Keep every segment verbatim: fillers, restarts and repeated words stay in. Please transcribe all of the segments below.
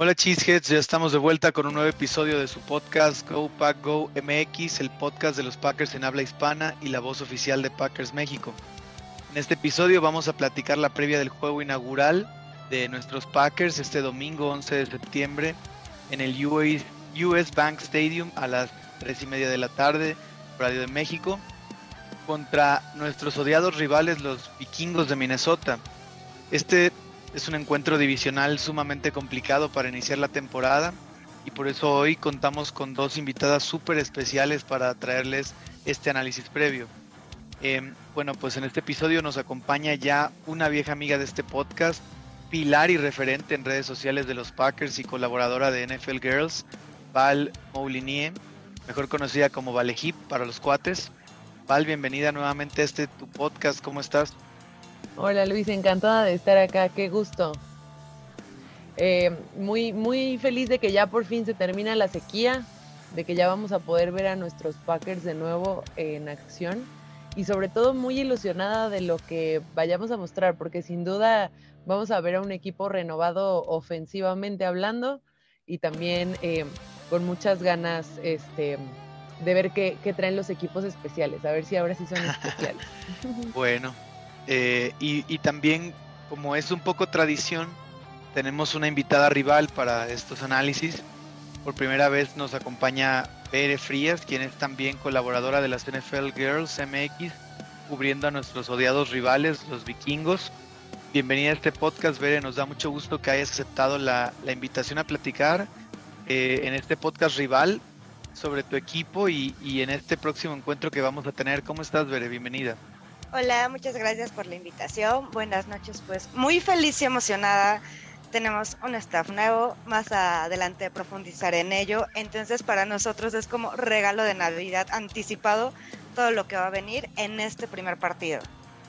Hola Cheeseheads, ya estamos de vuelta con un nuevo episodio de su podcast Go Pack Go M X, el podcast de los Packers en habla hispana y la voz oficial de Packers México. En este episodio vamos a platicar la previa del juego inaugural de nuestros Packers este domingo once de septiembre en el U S Bank Stadium a las tres y media de la tarde, horario de México, contra nuestros odiados rivales los Vikingos de Minnesota. Este es un encuentro divisional sumamente complicado para iniciar la temporada y por eso hoy contamos con dos invitadas súper especiales para traerles este análisis previo. Eh, bueno, pues en este episodio nos acompaña ya una vieja amiga de este podcast, pilar y referente en redes sociales de los Packers y colaboradora de N F L Girls, Val Moulinie, mejor conocida como Valehip para los cuates. Val, bienvenida nuevamente a este tu podcast, ¿cómo estás? Hola Luis, encantada de estar acá, qué gusto. Eh, muy, muy feliz de que ya por fin se termina la sequía, de que ya vamos a poder ver a nuestros Packers de nuevo en acción y sobre todo muy ilusionada de lo que vayamos a mostrar, porque sin duda vamos a ver a un equipo renovado ofensivamente hablando y también eh, con muchas ganas este, de ver qué, qué traen los equipos especiales, a ver si ahora sí son especiales. Bueno, eh, y, y también, como es un poco tradición, tenemos una invitada rival para estos análisis. Por primera vez nos acompaña Bere Frías, quien es también colaboradora de las N F L Girls M X, cubriendo a nuestros odiados rivales, los vikingos. Bienvenida a este podcast, Bere. Nos da mucho gusto que hayas aceptado la, la invitación a platicar eh, en este podcast rival sobre tu equipo y, y en este próximo encuentro que vamos a tener. ¿Cómo estás, Bere? Bienvenida. Hola, muchas gracias por la invitación. Buenas noches, pues muy feliz y emocionada. Tenemos un staff nuevo, más adelante profundizaré en ello. Entonces, para nosotros es como regalo de Navidad anticipado todo lo que va a venir en este primer partido.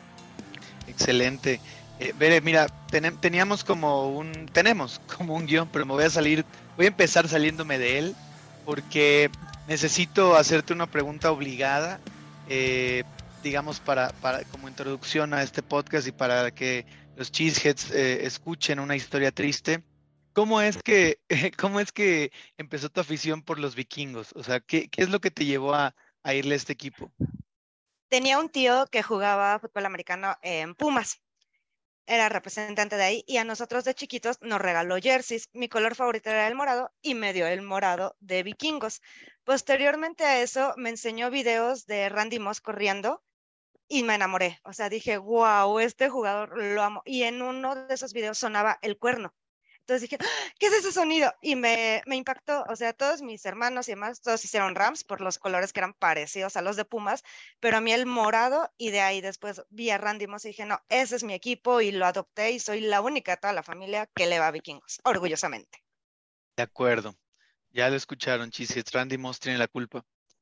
Excelente. Eh, Bere, mira, ten, teníamos como un, tenemos como un guión, pero me voy a salir, voy a empezar saliéndome de él, porque necesito hacerte una pregunta obligada, eh, digamos, para, para, como introducción a este podcast y para que los Cheeseheads eh, escuchen una historia triste. ¿Cómo es que, cómo es que empezó tu afición por los vikingos? O sea, ¿qué, qué es lo que te llevó a, a irle a este equipo? Tenía un tío que jugaba fútbol americano en Pumas. Era representante de ahí y a nosotros de chiquitos nos regaló jerseys. Mi color favorito era el morado y me dio el morado de vikingos. Posteriormente a eso me enseñó videos de Randy Moss corriendo y me enamoré. O sea, dije, wow, este jugador lo amo. Y en uno de esos videos sonaba el cuerno. Entonces dije, ¡ah! ¿Qué es ese sonido? Y me, me impactó. O sea, todos mis hermanos y demás, todos hicieron Rams por los colores que eran parecidos a los de Pumas, pero a mí el morado, y de ahí después vi a Randy Moss y dije, no, ese es mi equipo y lo adopté y soy la única de toda la familia que le va a Vikingos, orgullosamente. De acuerdo, ya lo escucharon, Cheeseheads, Randy Moss tiene la culpa.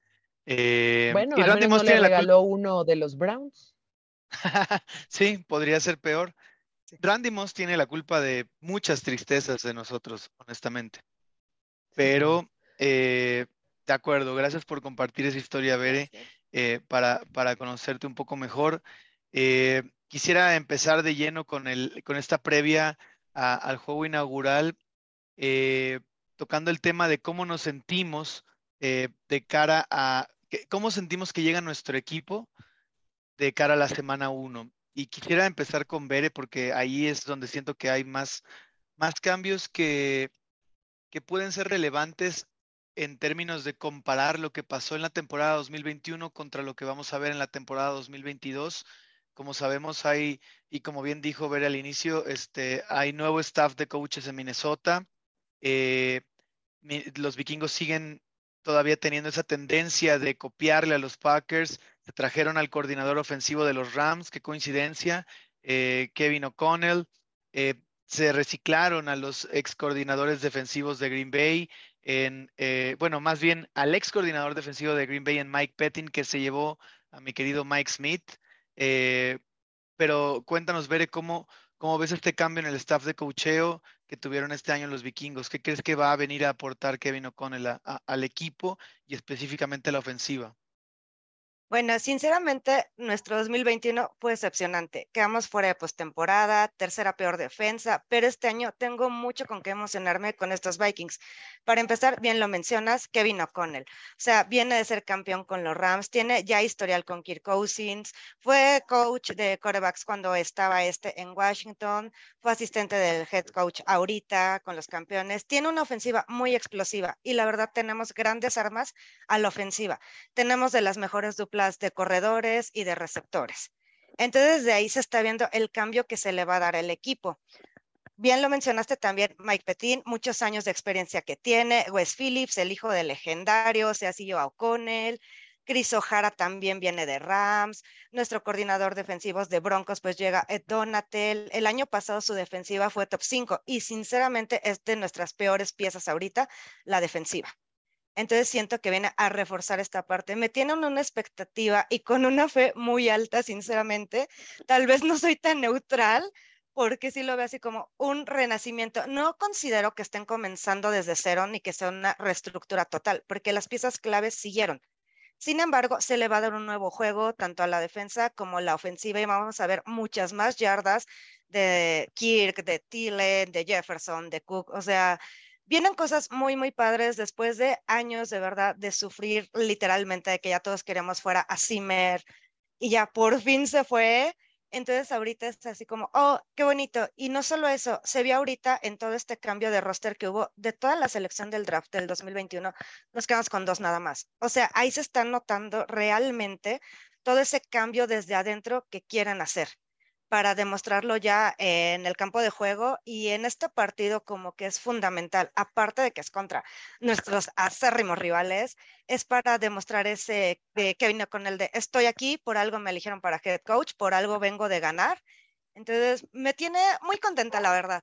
Eh, Bueno, y al Randy menos no Moss le tiene la culpa. regaló uno de los Browns. Sí, podría ser peor. Sí. Randy Moss tiene la culpa de muchas tristezas de nosotros, honestamente. Sí. Pero, eh, de acuerdo, gracias por compartir esa historia, Bere, Gracias. eh, para, para conocerte un poco mejor. Eh, quisiera empezar de lleno con, el, con esta previa a- al juego inaugural, eh, tocando el tema de cómo nos sentimos eh, de cara a, que- cómo sentimos que llega nuestro equipo de cara a la semana uno. Y quisiera empezar con Bere porque ahí es donde siento que hay más, más cambios que, que pueden ser relevantes en términos de comparar lo que pasó en la temporada dos mil veintiuno contra lo que vamos a ver en la temporada dos mil veintidós. Como sabemos, hay, y como bien dijo Bere al inicio, este, hay nuevo staff de coaches en Minnesota. Eh, mi- los vikingos siguen todavía teniendo esa tendencia de copiarle a los Packers. Se trajeron al coordinador ofensivo de los Rams, qué coincidencia, eh, Kevin O'Connell. Eh, se reciclaron a los ex coordinadores defensivos de Green Bay, en, eh, bueno, más bien al ex coordinador defensivo de Green Bay en Mike Pettin, que se llevó a mi querido Mike Smith. Eh, pero cuéntanos, Bere, ¿cómo, cómo ves este cambio en el staff de coacheo que tuvieron este año los vikingos? ¿Qué crees que va a venir a aportar Kevin O'Connell a- a- al equipo y específicamente a la ofensiva? Bueno, sinceramente, nuestro dos mil veintiuno fue decepcionante. Quedamos fuera de postemporada, tercera peor defensa, pero este año tengo mucho con qué emocionarme con estos Vikings. Para empezar, bien lo mencionas, Kevin O'Connell. O sea, viene de ser campeón con los Rams, tiene ya historial con Kirk Cousins, fue coach de quarterbacks cuando estaba este en Washington, fue asistente del head coach ahorita con los campeones. Tiene una ofensiva muy explosiva y la verdad tenemos grandes armas a la ofensiva. Tenemos de las mejores duplas de corredores y de receptores. Entonces, de ahí se está viendo el cambio que se le va a dar al equipo. Bien lo mencionaste también, Mike Petin, muchos años de experiencia que tiene, Wes Phillips, el hijo del legendario, se ha sido a O'Connell, Chris O'Hara también viene de Rams, nuestro coordinador defensivos de Broncos pues llega Ed Donatel, el año pasado su defensiva fue top cinco y sinceramente es de nuestras peores piezas ahorita, la defensiva. Entonces siento que viene a reforzar esta parte. Me tienen una expectativa y con una fe muy alta, sinceramente. Tal vez no soy tan neutral porque sí lo veo así como un renacimiento. No considero que estén comenzando desde cero ni que sea una reestructura total, porque las piezas claves siguieron. Sin embargo, se le va a dar un nuevo juego tanto a la defensa como a la ofensiva y vamos a ver muchas más yardas de Kirk, de Thielen, de Jefferson, de Cook. O sea, vienen cosas muy, muy padres después de años de verdad de sufrir literalmente, de que ya todos queríamos fuera a Zimmer y ya por fin se fue. Entonces ahorita es así como, oh, qué bonito. Y no solo eso, se vio ahorita en todo este cambio de roster que hubo de toda la selección del draft del dos mil veintiuno, nos quedamos con dos nada más. O sea, ahí se está notando realmente todo ese cambio desde adentro que quieren hacer para demostrarlo ya en el campo de juego y en este partido como que es fundamental, aparte de que es contra nuestros acérrimos rivales, es para demostrar ese de Kevin O'Connell de estoy aquí, por algo me eligieron para head coach, por algo vengo de ganar. Entonces, me tiene muy contenta, la verdad.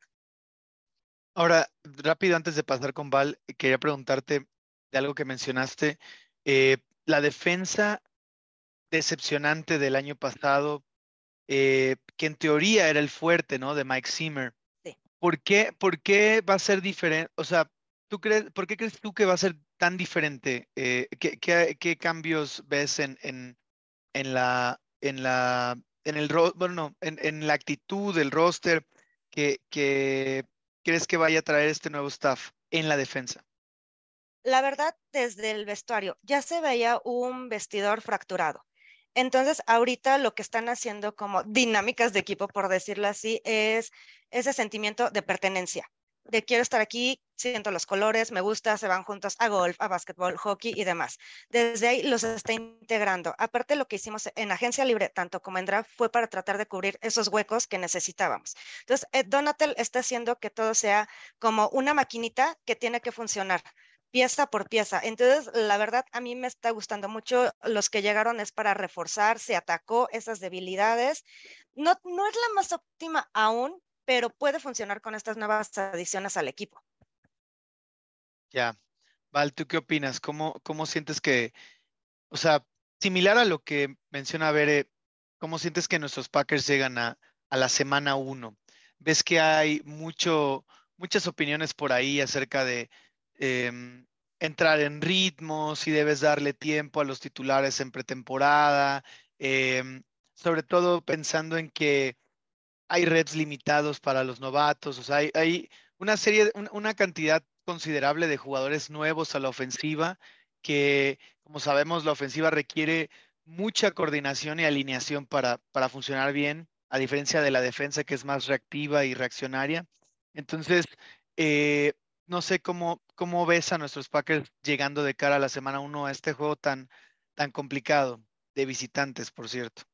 Ahora, rápido antes de pasar con Val, quería preguntarte de algo que mencionaste. Eh, la defensa decepcionante del año pasado, eh, que en teoría era el fuerte, ¿no? De Mike Zimmer. Sí. ¿Por qué, por qué va a ser diferente? O sea, ¿tú crees, por qué crees tú que va a ser tan diferente? Eh, ¿qué, qué- qué cambios ves en, en, en la, en la, en el, ro- bueno, no, en, en la actitud del roster que, que crees que vaya a traer este nuevo staff en la defensa? La verdad, desde el vestuario ya se veía un vestidor fracturado. Entonces, ahorita lo que están haciendo como dinámicas de equipo, por decirlo así, es ese sentimiento de pertenencia, de quiero estar aquí, siento los colores, me gusta, se van juntos a golf, a básquetbol, hockey y demás. Desde ahí los está integrando. Aparte, lo que hicimos en agencia libre, tanto como en draft, fue para tratar de cubrir esos huecos que necesitábamos. Entonces, Ed Donatel está haciendo que todo sea como una maquinita que tiene que funcionar pieza por pieza. Entonces, la verdad, a mí me está gustando mucho. Los que llegaron es para reforzar, se atacó esas debilidades. No, no es la más óptima aún, pero puede funcionar con estas nuevas adiciones al equipo. Ya. Val, ¿tú qué opinas? ¿Cómo, cómo sientes que, o sea, similar a lo que menciona Bere, cómo sientes que nuestros Packers llegan a, a la semana uno? ¿Ves que hay mucho, muchas opiniones por ahí acerca de em, entrar en ritmo, si debes darle tiempo a los titulares en pretemporada, em, sobre todo pensando en que hay reps limitados para los novatos, o sea, hay, hay una serie, de- un- una cantidad considerable de jugadores nuevos a la ofensiva que, como sabemos, la ofensiva requiere mucha coordinación y alineación para, para funcionar bien, a diferencia de la defensa que es más reactiva y reaccionaria. Entonces, eh, no sé cómo, cómo ves a nuestros Packers llegando de cara a la semana uno a este juego tan, tan complicado de visitantes, por cierto.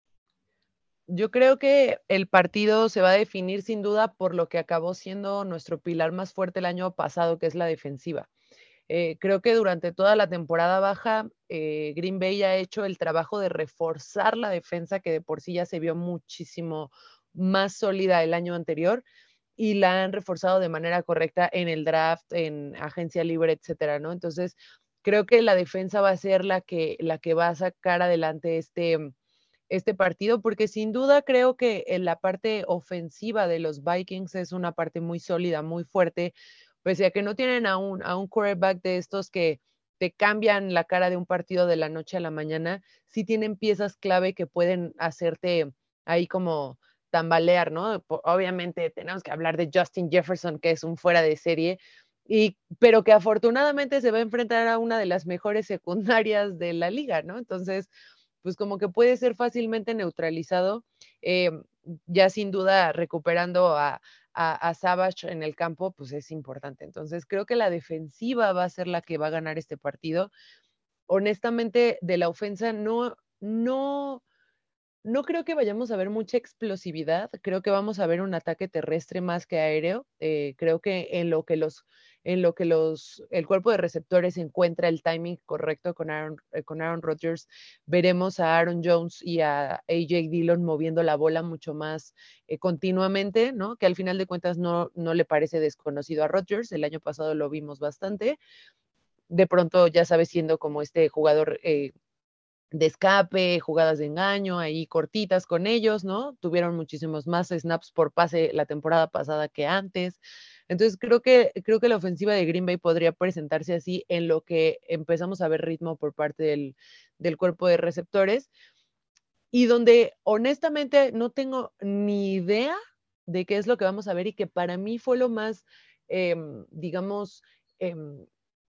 Yo creo que el partido se va a definir sin duda por lo que acabó siendo nuestro pilar más fuerte el año pasado, que es la defensiva. Eh, creo que durante toda la temporada baja, eh, Green Bay ha hecho el trabajo de reforzar la defensa, que de por sí ya se vio muchísimo más sólida el año anterior, y la han reforzado de manera correcta en el draft, en agencia libre, etcétera, ¿no? Entonces, creo que la defensa va a ser la que, la que va a sacar adelante este, este partido, porque sin duda creo que en la parte ofensiva de los Vikings es una parte muy sólida, muy fuerte, pese a que no tienen a un, a un quarterback de estos que te cambian la cara de un partido de la noche a la mañana, sí tienen piezas clave que pueden hacerte ahí como tambalear, ¿no? Po- Obviamente tenemos que hablar de Justin Jefferson, que es un fuera de serie, y, pero que afortunadamente se va a enfrentar a una de las mejores secundarias de la liga, ¿no? Entonces, pues como que puede ser fácilmente neutralizado, eh, ya sin duda recuperando a, a, a Savage en el campo, pues es importante. Entonces, creo que la defensiva va a ser la que va a ganar este partido. Honestamente, de la ofensa no, no, no creo que vayamos a ver mucha explosividad, creo que vamos a ver un ataque terrestre más que aéreo. Eh, creo que en lo que los en lo que los el cuerpo de receptores encuentra el timing correcto con Aaron eh, con Aaron Rodgers, veremos a Aaron Jones y a A J Dillon moviendo la bola mucho más, eh, continuamente, ¿no? Que al final de cuentas no no le parece desconocido a Rodgers, el año pasado lo vimos bastante. De pronto, ya sabes, siendo como este jugador, eh, de escape, jugadas de engaño, ahí cortitas con ellos, ¿no? Tuvieron muchísimos más snaps por pase la temporada pasada que antes. Entonces, creo que creo que la ofensiva de Green Bay podría presentarse así en lo que empezamos a ver ritmo por parte del del cuerpo de receptores, y donde honestamente no tengo ni idea de qué es lo que vamos a ver, y que para mí fue lo más, em, digamos, em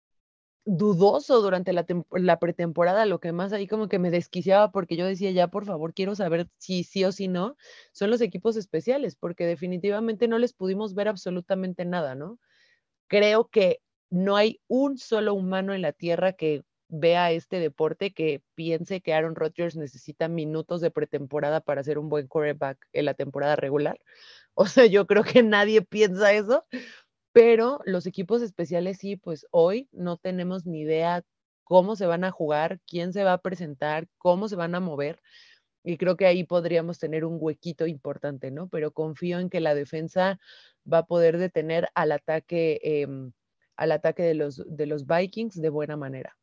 dudoso durante la tem la pretemporada, lo que más ahí como que me desquiciaba, porque yo decía: "Ya, por favor, quiero saber si sí o si no", son los equipos especiales, porque definitivamente no les pudimos ver absolutamente nada, ¿no? Creo que no hay un solo humano en la tierra que vea este deporte que piense que Aaron Rodgers necesita minutos de pretemporada para ser un buen quarterback en la temporada regular. O sea, yo creo que nadie piensa eso, pero los equipos especiales sí, pues hoy no tenemos ni idea cómo se van a jugar, quién se va a presentar, cómo se van a mover, y creo que ahí podríamos tener un huequito importante, ¿no? Pero confío en que la defensa va a poder detener al ataque, em, al ataque de los, de los Vikings de buena manera.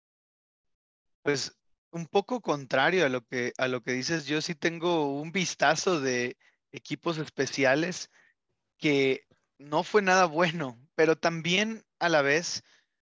Pues un poco contrario a lo que, a lo que dices, yo sí tengo un vistazo de equipos especiales que no fue nada bueno, pero también a la vez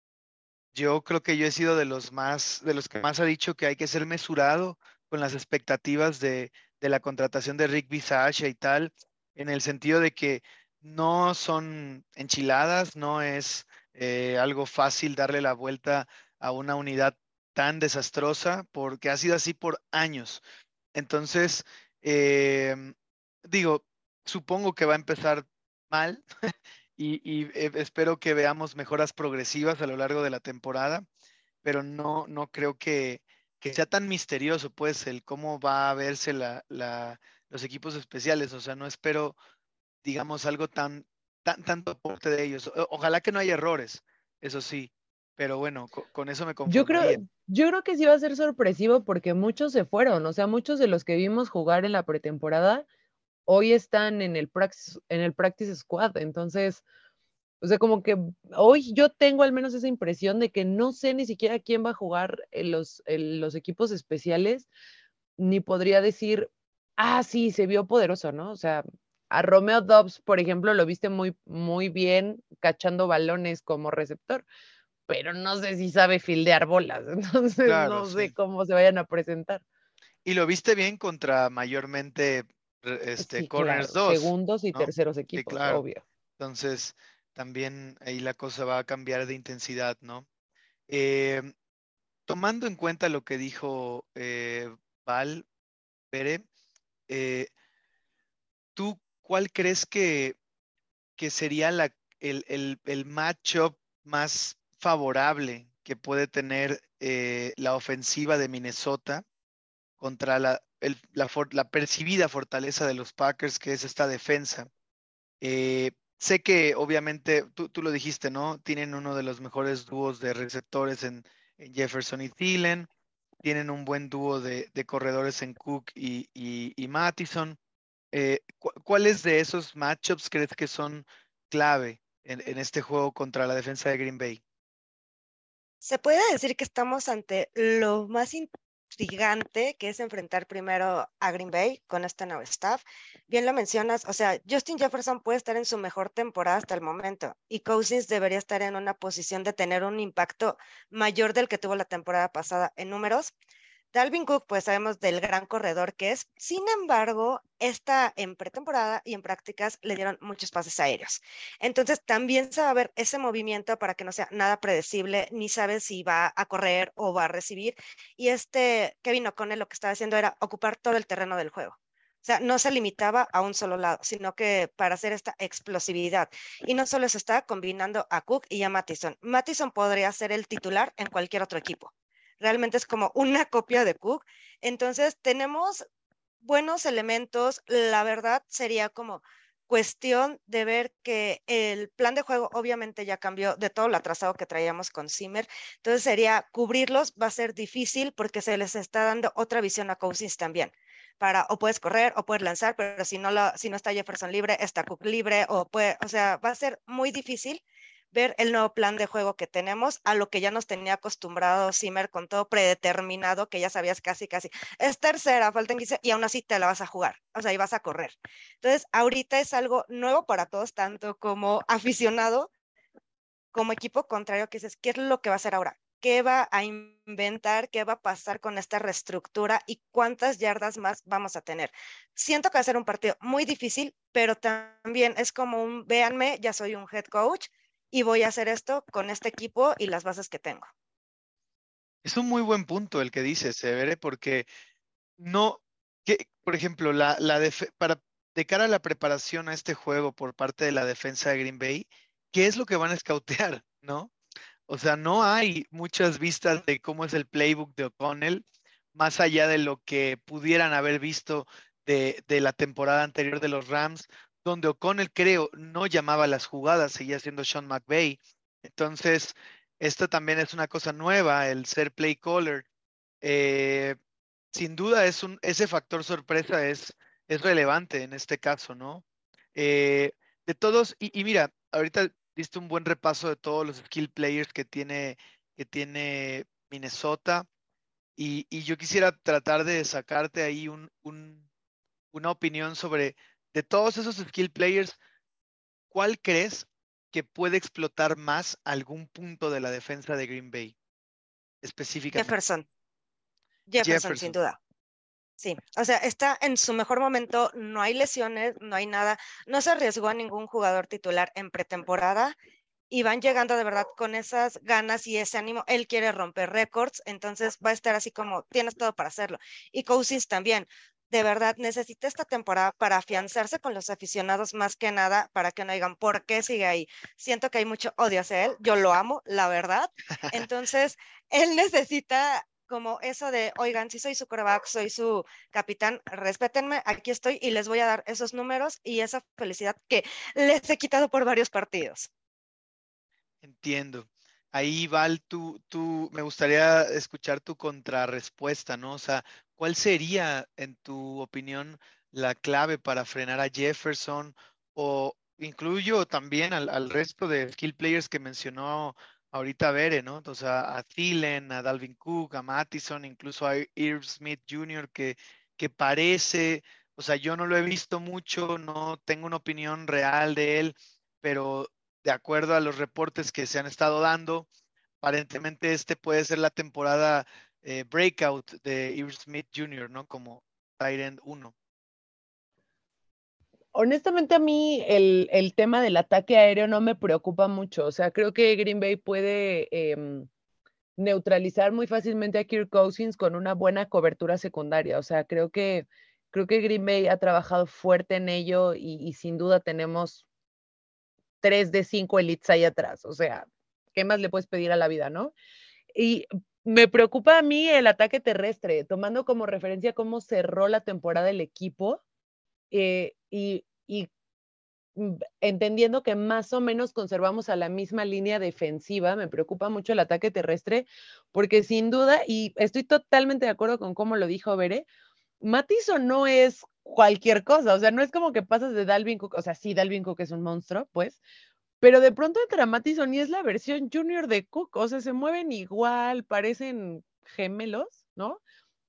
yo creo que yo he sido de los más, de los que más ha dicho que hay que ser mesurado con las expectativas de, de la contratación de Rick Bisaccia y tal, en el sentido de que no son enchiladas, no es eh, algo fácil darle la vuelta a una unidad tan desastrosa, porque ha sido así por años. Entonces, em, digo, supongo que va a empezar mal, y, y, eh, espero que veamos mejoras progresivas a lo largo de la temporada, pero no, no creo que, que sea tan misterioso, pues, el cómo va a verse la, la- los equipos especiales. O sea, no espero, digamos, algo tan, tan, tanto aporte de ellos. O- ojalá que no haya errores, eso sí, pero bueno, co- con eso me Yo conformaría. creo, yo creo que sí va a ser sorpresivo porque muchos se fueron, o sea, muchos de los que vimos jugar en la pretemporada hoy están en el practice, en el practice squad. Entonces, o sea, como que hoy yo tengo al menos esa impresión de que no sé ni siquiera quién va a jugar en los, en los equipos especiales, ni podría decir, ah, sí, se vio poderoso, ¿no? O sea, a Romeo Dobbs, por ejemplo, lo viste muy, muy bien cachando balones como receptor, pero no sé si sabe fildear bolas, entonces Claro, no sé sí. cómo se vayan a presentar. Y lo viste bien contra mayormente re- este, Sí, Corners claro, dos, segundos y ¿no? terceros Sí, equipos, claro. obvio. Entonces, también ahí la cosa va a cambiar de intensidad, ¿no? Eh, tomando en cuenta lo que dijo eh, Val Pere, eh, ¿tú cuál crees que, que sería la, el, el, el matchup más favorable que puede tener eh, la ofensiva de Minnesota contra la, el- la, for- la percibida fortaleza de los Packers, que es esta defensa? Eh, sé que obviamente tú, tú lo dijiste, ¿no? Tienen uno de los mejores dúos de receptores en, en Jefferson y Thielen, tienen un buen dúo de, de corredores en Cook y, y, y Mattison. Eh, cu- ¿cuáles de esos matchups crees que son clave en, en este juego contra la defensa de Green Bay? Se puede decir que estamos ante lo más gigante que es enfrentar primero a Green Bay con este nuevo staff. Bien lo mencionas, o sea, Justin Jefferson puede estar en su mejor temporada hasta el momento y Cousins debería estar en una posición de tener un impacto mayor del que tuvo la temporada pasada en números. Dalvin Cook, pues sabemos del gran corredor que es. Sin embargo, esta en pretemporada y en prácticas le dieron muchos pases aéreos. Entonces, también se va a ver ese movimiento para que no sea nada predecible, ni sabe si va a correr o va a recibir. Y este Kevin O'Connell lo que estaba haciendo era ocupar todo el terreno del juego. O sea, no se limitaba a un solo lado, sino que para hacer esta explosividad. Y no solo se está combinando a Cook y a Mattison. Mattison podría ser el titular en cualquier otro equipo. Realmente es como una copia de Cook. Entonces, tenemos buenos elementos. La verdad sería como cuestión de ver que el plan de juego obviamente ya cambió de todo lo atrasado que traíamos con Zimmer. Entonces, sería cubrirlos, va a ser difícil porque se les está dando otra visión a Cousins también. Para, o puedes correr o puedes lanzar, pero si no, lo, si no está Jefferson libre, está Cook libre, o, puede, o sea, va a ser muy difícil ver el nuevo plan de juego que tenemos, a lo que ya nos tenía acostumbrado Zimmer con todo predeterminado, que ya sabías casi, casi, es tercera, faltan quince, y aún así te la vas a jugar, o sea, y vas a correr. Entonces, ahorita es algo nuevo para todos, tanto como aficionado, como equipo contrario, que dices, ¿qué es lo que va a hacer ahora? ¿Qué va a inventar? ¿Qué va a pasar con esta reestructura? ¿Y cuántas yardas más vamos a tener? Siento que va a ser un partido muy difícil, pero también es como un, véanme, ya soy un head coach, y voy a hacer esto con este equipo y las bases que tengo. Es un muy buen punto el que dices, Severe, porque no, que, por ejemplo, la, la def- para, de cara a la preparación a este juego por parte de la defensa de Green Bay, ¿qué es lo que van a escautear, no? O sea, no hay muchas vistas de cómo es el playbook de O'Connell, más allá de lo que pudieran haber visto de, de la temporada anterior de los Rams, donde O'Connell, creo, no llamaba las jugadas, seguía siendo Sean McVay. Entonces, esto también es una cosa nueva, el ser play caller. Eh, Sin duda es un, ese factor sorpresa es, es relevante en este caso, ¿no? Eh, de todos, y, y mira, ahorita diste un buen repaso de todos los skill players que tiene, que tiene Minnesota, y, y yo quisiera tratar de sacarte ahí un, un- una opinión sobre, de todos esos skill players, ¿cuál crees que puede explotar más algún punto de la defensa de Green Bay específicamente? Jefferson, Jefferson, sin Jefferson. duda. Sí, o sea, está en su mejor momento, no hay lesiones, no hay nada, no se arriesgó a ningún jugador titular en pretemporada y van llegando de verdad con esas ganas y ese ánimo. Él quiere romper récords, entonces va a estar así como tienes todo para hacerlo. Y Cousins también. De verdad, necesita esta temporada para afianzarse con los aficionados más que nada, para que no digan, ¿por qué sigue ahí? Siento que hay mucho odio hacia él, yo lo amo, la verdad. Entonces, él necesita como eso de, oigan, si soy su quarterback, soy su capitán, respétenme, aquí estoy y les voy a dar esos números y esa felicidad que les he quitado por varios partidos. Entiendo. Ahí, Val, tú, tú, me gustaría escuchar tu contrarrespuesta, ¿no? O sea, ¿cuál sería, en tu opinión, la clave para frenar a Jefferson? O incluyo también al, al resto de skill players que mencionó ahorita Bere, ¿no? O sea, a Thielen, a Dalvin Cook, a Mattison, incluso a Irv Smith junior, que, que parece, o sea, yo no lo he visto mucho, no tengo una opinión real de él, pero de acuerdo a los reportes que se han estado dando, aparentemente este puede ser la temporada eh, breakout de Irv Smith junior, ¿no? Como tight end uno. Honestamente, a mí el, el tema del ataque aéreo no me preocupa mucho. O sea, creo que Green Bay puede eh, neutralizar muy fácilmente a Kirk Cousins con una buena cobertura secundaria. O sea, creo que, creo que Green Bay ha trabajado fuerte en ello y, y sin duda tenemos tres de cinco elites ahí atrás. O sea, ¿qué más le puedes pedir a la vida, no? Y me preocupa a mí el ataque terrestre, tomando como referencia cómo cerró la temporada el equipo eh, y, y entendiendo que más o menos conservamos a la misma línea defensiva, me preocupa mucho el ataque terrestre, porque sin duda, y estoy totalmente de acuerdo con cómo lo dijo Bere, Mattison no es cualquier cosa, o sea, no es como que pasas de Dalvin Cook, o sea, sí, Dalvin Cook es un monstruo, pues, pero de pronto entra Mattison y es la versión junior de Cook, o sea, se mueven igual, parecen gemelos, ¿no?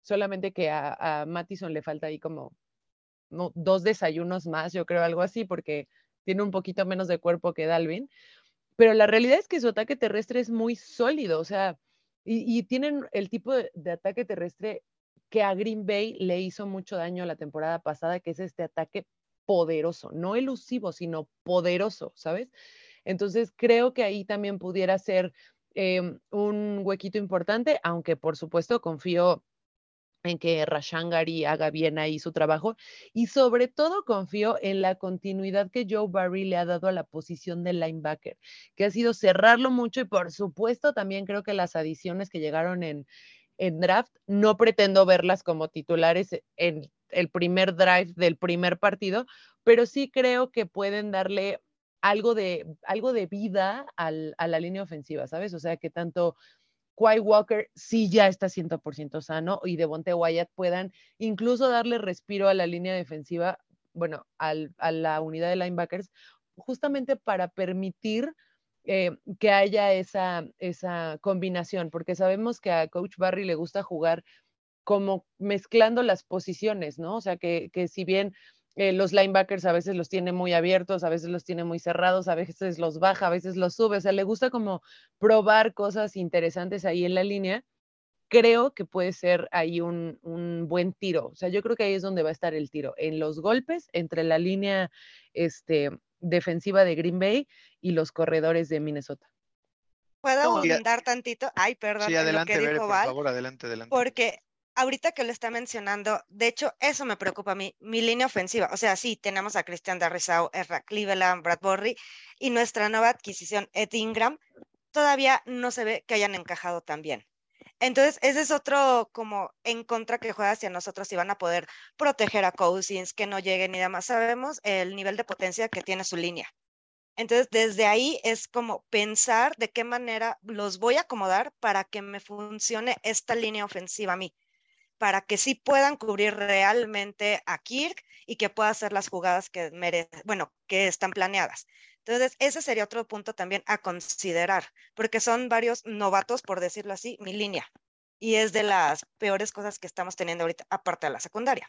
solamente que a, a Mattison le falta ahí como no, dos desayunos más, yo creo, algo así, porque tiene un poquito menos de cuerpo que Dalvin. Pero la realidad es que su ataque terrestre es muy sólido, o sea, y, y tienen el tipo de, de ataque terrestre que a Green Bay le hizo mucho daño la temporada pasada, que es este ataque poderoso, no elusivo, sino poderoso, ¿sabes? Entonces creo que ahí también pudiera ser eh, un huequito importante, aunque por supuesto confío en que Rashan Gary haga bien ahí su trabajo y sobre todo confío en la continuidad que Joe Barry le ha dado a la posición de linebacker, que ha sido cerrarlo mucho y por supuesto también creo que las adiciones que llegaron en, en draft, no pretendo verlas como titulares en el primer drive del primer partido, pero sí creo que pueden darle algo de, algo de vida al, a la línea ofensiva, ¿sabes? O sea, que tanto Quay Walker sí ya está cien por ciento sano y Devonte Wyatt puedan incluso darle respiro a la línea defensiva, bueno, al, a la unidad de linebackers, justamente para permitir eh, que haya esa, esa combinación, porque sabemos que a Coach Barry le gusta jugar como mezclando las posiciones, ¿no? O sea, que, que si bien eh, los linebackers a veces los tiene muy abiertos, a veces los tiene muy cerrados, a veces los baja, a veces los sube, o sea, le gusta como probar cosas interesantes ahí en la línea. Creo que puede ser ahí un, un buen tiro, o sea, yo creo que ahí es donde va a estar el tiro, en los golpes entre la línea este, defensiva de Green Bay y los corredores de Minnesota. ¿Puedo No, y a- ahondar tantito? Ay, sí, perdón, en lo que adelante, Bere, dijo por Val, favor, adelante, adelante. porque ahorita que lo está mencionando, de hecho, eso me preocupa a mí, mi línea ofensiva. O sea, sí, tenemos a Christian Darrisaw, Ezra Cleveland, Brad Borry y nuestra nueva adquisición, Ed Ingram, todavía no se ve que hayan encajado tan bien. Entonces, ese es otro como en contra que juega hacia nosotros y van a poder proteger a Cousins, que no lleguen y demás. Sabemos el nivel de potencia que tiene su línea. Entonces, desde ahí es como pensar de qué manera los voy a acomodar para que me funcione esta línea ofensiva a mí, para que sí puedan cubrir realmente a Kirk y que pueda hacer las jugadas que merecen, bueno, que están planeadas. Entonces, ese sería otro punto también a considerar, porque son varios novatos, por decirlo así, mi línea. Y es de las peores cosas que estamos teniendo ahorita, aparte de la secundaria.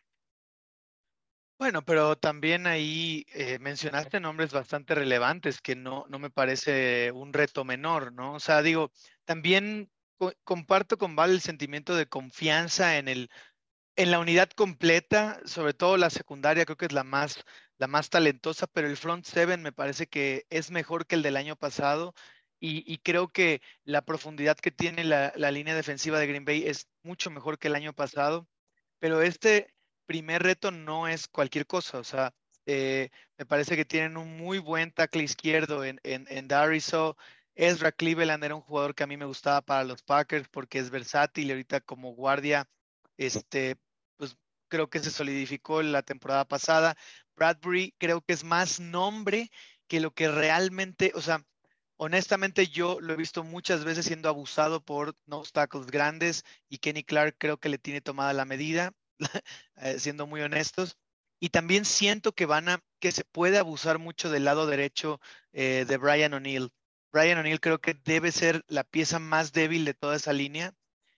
Bueno, pero también ahí eh, mencionaste nombres bastante relevantes que no, no me parece un reto menor, ¿no? O sea, digo, también co- comparto con Val el sentimiento de confianza en el, en la unidad completa, sobre todo la secundaria, creo que es la más, la más talentosa, pero el front seven me parece que es mejor que el del año pasado y, y creo que la profundidad que tiene la, la línea defensiva de Green Bay es mucho mejor que el año pasado, pero este primer reto no es cualquier cosa, o sea, eh, me parece que tienen un muy buen tackle izquierdo en, en, en Darrisaw. Ezra Cleveland era un jugador que a mí me gustaba para los Packers porque es versátil y ahorita como guardia, este, pues creo que se solidificó la temporada pasada. Bradbury creo que es más nombre que lo que realmente, o sea, honestamente yo lo he visto muchas veces siendo abusado por no tackles grandes y Kenny Clark creo que le tiene tomada la medida, eh, siendo muy honestos. Y también siento que van a, que se puede abusar mucho del lado derecho eh, de Brian O'Neill. Brian O'Neill creo que debe ser la pieza más débil de toda esa línea.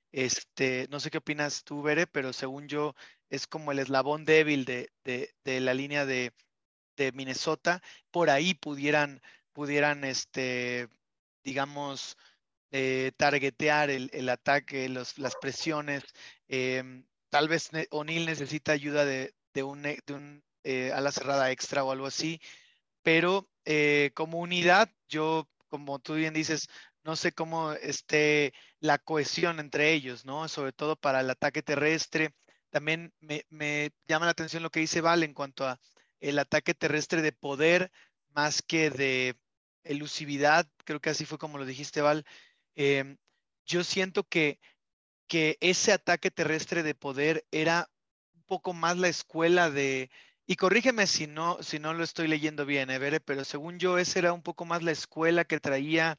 Este, no sé qué opinas tú, Bere, pero según yo es como el eslabón débil de, de, de la línea de, de Minnesota. Por ahí pudieran, pudieran, este, digamos, eh, targetear el, el ataque, los, las presiones. Em, tal vez ne- O'Neill necesita ayuda de, de un, e- de un eh, ala cerrada extra o algo así, pero eh, como unidad, yo, como tú bien dices, no sé cómo esté la cohesión entre ellos, ¿no? Sobre todo para el ataque terrestre. También me, me llama la atención lo que dice Val en cuanto a el ataque terrestre de poder más que de elusividad. Creo que así fue como lo dijiste, Val. Em, yo siento que, que ese ataque terrestre de poder era un poco más la escuela de, y corrígeme si no, si no lo estoy leyendo bien, eh, Bere, pero según yo, esa era un poco más la escuela que traía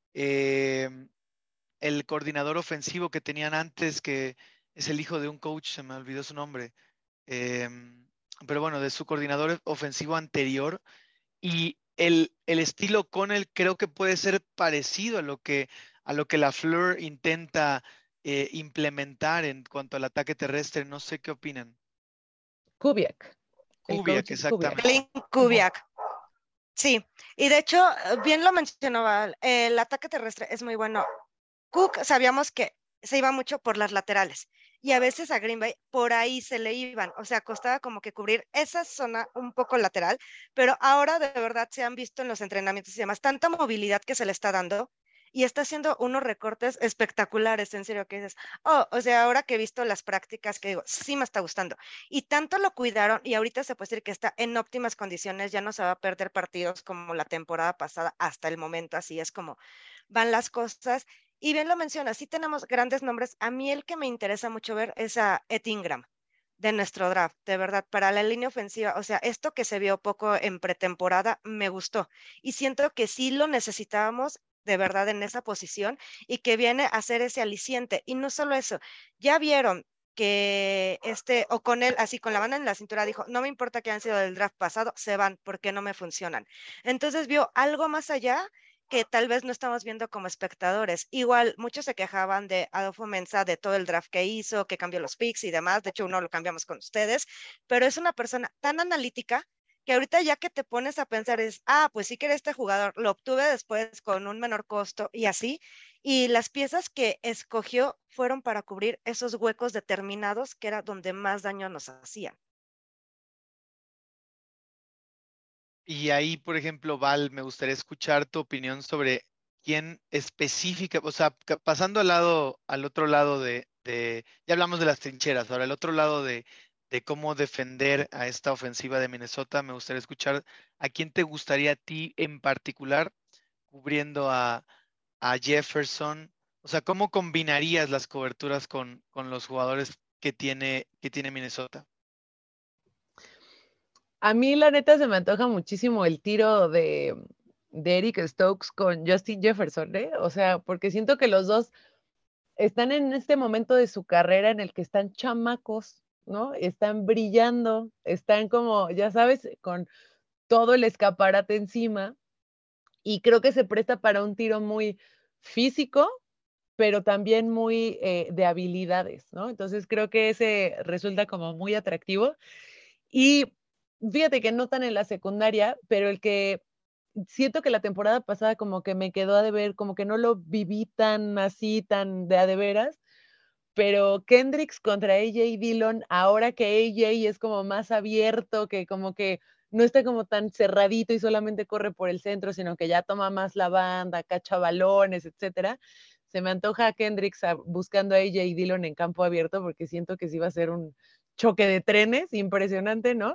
eh, el coordinador ofensivo que tenían antes, que es el hijo de un coach, se me olvidó su nombre, eh, pero bueno, de su coordinador ofensivo anterior, y el, el estilo con él creo que puede ser parecido a lo que, a lo que LaFleur intenta eh, implementar en cuanto al ataque terrestre. No sé qué opinan. Kubiak. El Kubiak, coach es Kubiak. Clint exactamente. Kubiak. Sí, y de hecho, bien lo mencionaba, el ataque terrestre es muy bueno. Cook sabíamos que se iba mucho por las laterales y a veces a Green Bay por ahí se le iban, o sea, costaba como que cubrir esa zona un poco lateral, pero ahora de verdad se han visto en los entrenamientos y demás tanta movilidad que se le está dando y está haciendo unos recortes espectaculares, en serio, que dices, oh, o sea, ahora que he visto las prácticas, que digo, sí me está gustando. Y tanto lo cuidaron y ahorita se puede decir que está en óptimas condiciones, ya no se va a perder partidos como la temporada pasada hasta el momento, así es como van las cosas. Y bien lo menciona, sí tenemos grandes nombres. A mí el que me interesa mucho ver es a Ed Ingram de nuestro draft, de verdad, para la línea ofensiva. O sea, esto que se vio poco en pretemporada me gustó y siento que sí lo necesitábamos de verdad en esa posición y que viene a ser ese aliciente. Y no solo eso, ya vieron que este O'Connell, así con la mano en la cintura, dijo, no me importa que hayan sido del draft pasado, se van porque no me funcionan. Entonces vio algo más allá que tal vez no estamos viendo como espectadores. Igual, muchos se quejaban de Adolfo Mensa, de todo el draft que hizo, que cambió los picks y demás. De hecho, uno lo cambiamos con ustedes, pero es una persona tan analítica que ahorita ya que te pones a pensar es, ah, pues sí que era este jugador, lo obtuve después con un menor costo y así, y las piezas que escogió fueron para cubrir esos huecos determinados que era donde más daño nos hacían. Y ahí, por ejemplo, Val, me gustaría escuchar tu opinión sobre quién específica, o sea, ca- pasando al lado, al otro lado de, de- ya hablamos de las trincheras, ahora el otro lado de, de cómo defender a esta ofensiva de Minnesota, me gustaría escuchar a quién te gustaría a ti en particular cubriendo a, a Jefferson, o sea, cómo combinarías las coberturas con, con los jugadores que tiene, que tiene Minnesota. A mí, la neta, se me antoja muchísimo el tiro de, de Eric Stokes con Justin Jefferson, ¿eh? O sea, porque siento que los dos están en este momento de su carrera en el que están chamacos, ¿no? Están brillando, están como, ya sabes, con todo el escaparate encima y creo que se presta para un tiro muy físico, pero también muy eh, de habilidades, ¿no? Entonces creo que ese resulta como muy atractivo. Y fíjate que no tan en la secundaria, pero el que siento que la temporada pasada como que me quedó a deber, como que no lo viví tan así, tan de a de veras, pero Kendricks contra A J Dillon, ahora que A J es como más abierto, que como que no está como tan cerradito y solamente corre por el centro, sino que ya toma más la banda, cacha balones, etcétera. Se me antoja a Kendricks a, buscando a A J Dillon en campo abierto porque siento que sí va a ser un choque de trenes impresionante, ¿no?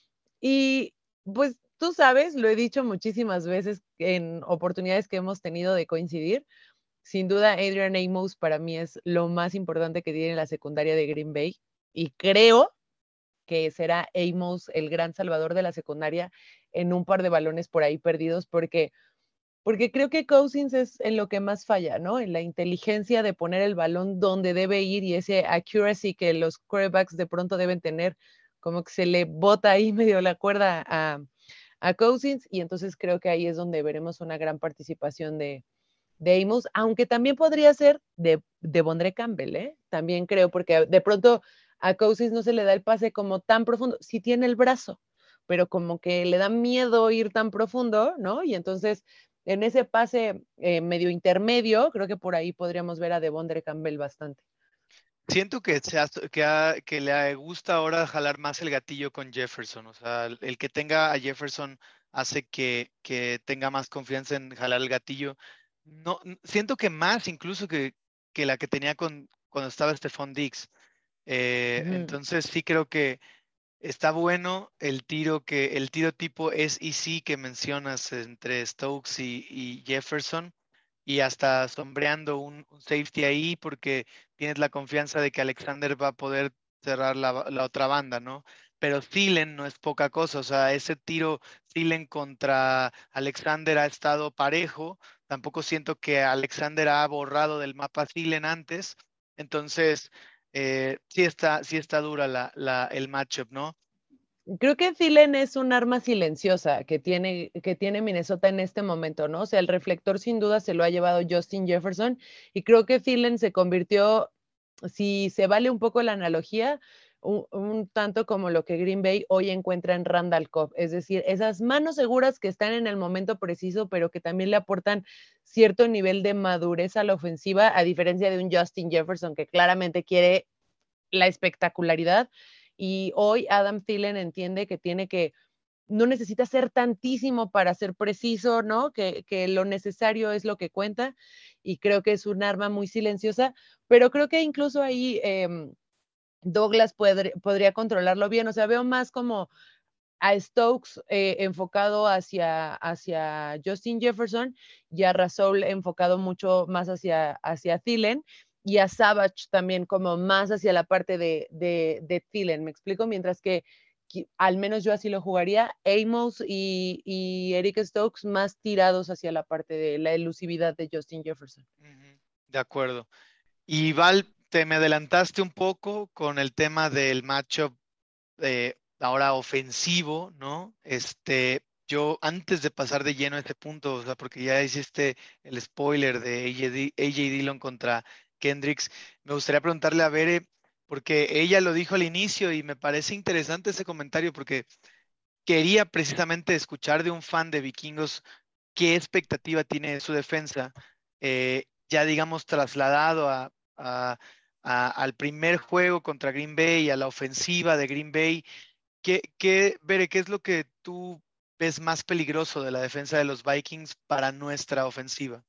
Y pues tú sabes, lo he dicho muchísimas veces en oportunidades que hemos tenido de coincidir, sin duda, Adrian Amos para mí es lo más importante que tiene la secundaria de Green Bay y creo que será Amos el gran salvador de la secundaria en un par de balones por ahí perdidos porque porque creo que Cousins es en lo que más falla, ¿no? En la inteligencia de poner el balón donde debe ir y ese accuracy que los quarterbacks de pronto deben tener, como que se le bota ahí medio la cuerda a, a Cousins y entonces creo que ahí es donde veremos una gran participación de, de Amos, aunque también podría ser de, de Bondre Campbell, ¿eh? También creo, porque de pronto a Cousins no se le da el pase como tan profundo, sí tiene el brazo, pero como que le da miedo ir tan profundo, ¿no? Y entonces en ese pase eh, medio intermedio, creo que por ahí podríamos ver a Devondre Campbell bastante. Siento que, se ha- que, ha- que le gusta ahora jalar más el gatillo con Jefferson. O sea, el, el que tenga a Jefferson hace que, que tenga más confianza en jalar el gatillo. No, n- siento que más incluso que, que la que tenía con, cuando estaba Stephon Diggs. Eh, Ujú. entonces sí creo que está bueno el tiro que, el tiro tipo S E C que mencionas entre Stokes y, y Jefferson y hasta sombreando un, un safety ahí porque tienes la confianza de que Alexander va a poder cerrar la, la otra banda, ¿no? Pero Thielen no es poca cosa, o sea, ese tiro Thielen contra Alexander ha estado parejo, tampoco siento que Alexander ha borrado del mapa Thielen antes, entonces eh, sí está, sí está dura la, la, el matchup, ¿no? Creo que Thielen es un arma silenciosa que tiene, que tiene Minnesota en este momento, ¿no? O sea, el reflector sin duda se lo ha llevado Justin Jefferson y creo que Thielen se convirtió, si se vale un poco la analogía, un, un tanto como lo que Green Bay hoy encuentra en Randall Cobb, es decir, esas manos seguras que están en el momento preciso, pero que también le aportan cierto nivel de madurez a la ofensiva, a diferencia de un Justin Jefferson que claramente quiere la espectacularidad. Y hoy Adam Thielen entiende que tiene que, no necesita ser tantísimo para ser preciso, ¿no? Que, que lo necesario es lo que cuenta y creo que es un arma muy silenciosa, pero creo que incluso ahí eh, Douglas puede, podría controlarlo bien, o sea, veo más como a Stokes eh, enfocado hacia, hacia Justin Jefferson y a Rasul enfocado mucho más hacia, hacia Thielen y a Savage también como más hacia la parte de, de, de Thielen, ¿me explico? Mientras que, que, al menos yo así lo jugaría, Amos y, y Eric Stokes más tirados hacia la parte de la elusividad de Justin Jefferson. De acuerdo. Y Val, te me adelantaste un poco con el tema del matchup eh, ahora ofensivo, ¿no? Este, yo antes de pasar de lleno a este punto, o sea, porque ya hiciste el spoiler de A J, D- A J Dillon contra Kendricks, me gustaría preguntarle a Bere, porque ella lo dijo al inicio y me parece interesante ese comentario porque quería precisamente escuchar de un fan de Vikingos qué expectativa tiene de su defensa, eh, ya digamos trasladado a, a- a- al primer juego contra Green Bay, a la ofensiva de Green Bay. ¿Qué, qué, Bere, qué es lo que tú ves más peligroso de la defensa de los Vikings para nuestra ofensiva?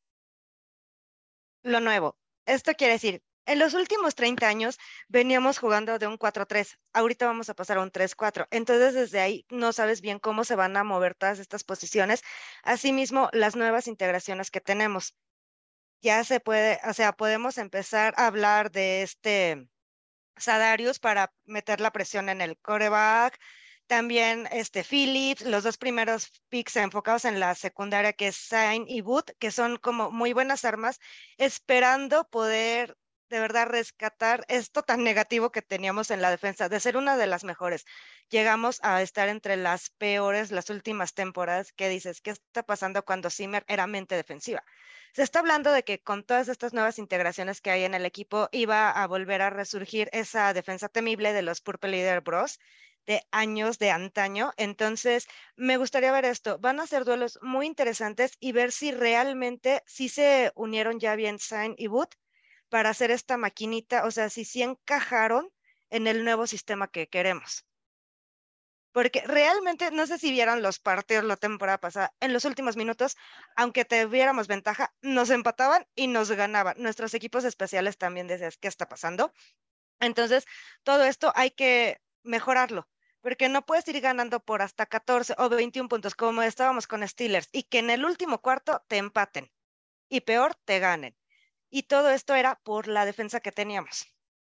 Lo nuevo. Esto quiere decir, en los últimos treinta años veníamos jugando de un cuatro tres. Ahorita vamos a pasar a un tres cuatro. Entonces, desde ahí no sabes bien cómo se van a mover todas estas posiciones. Asimismo, las nuevas integraciones que tenemos. Ya se puede, o sea, podemos empezar a hablar de este Sadarius para meter la presión en el coreback. También este Phillips, los dos primeros picks enfocados en la secundaria, que es Sain y Boot, que son como muy buenas armas, esperando poder de verdad rescatar esto tan negativo que teníamos en la defensa, de ser una de las mejores. Llegamos a estar entre las peores las últimas temporadas. ¿Qué dices? ¿Qué está pasando cuando Zimmer era mente defensiva? Se está hablando de que con todas estas nuevas integraciones que hay en el equipo iba a volver a resurgir esa defensa temible de los Purple Leader Bros de años de antaño. Entonces, me gustaría ver esto. Van a ser duelos muy interesantes y ver si realmente sí se unieron ya bien Sain y Boot para hacer esta maquinita, o sea, si sí encajaron en el nuevo sistema que queremos. Porque realmente, no sé si vieron los partidos la temporada pasada, en los últimos minutos, aunque tuviéramos ventaja, nos empataban y nos ganaban. Nuestros equipos especiales también decían, ¿qué está pasando? Entonces, todo esto hay que mejorarlo, porque no puedes ir ganando por hasta catorce o veintiún puntos, como estábamos con Steelers, y que en el último cuarto te empaten, y peor, te ganen. Y todo esto era por la defensa que teníamos.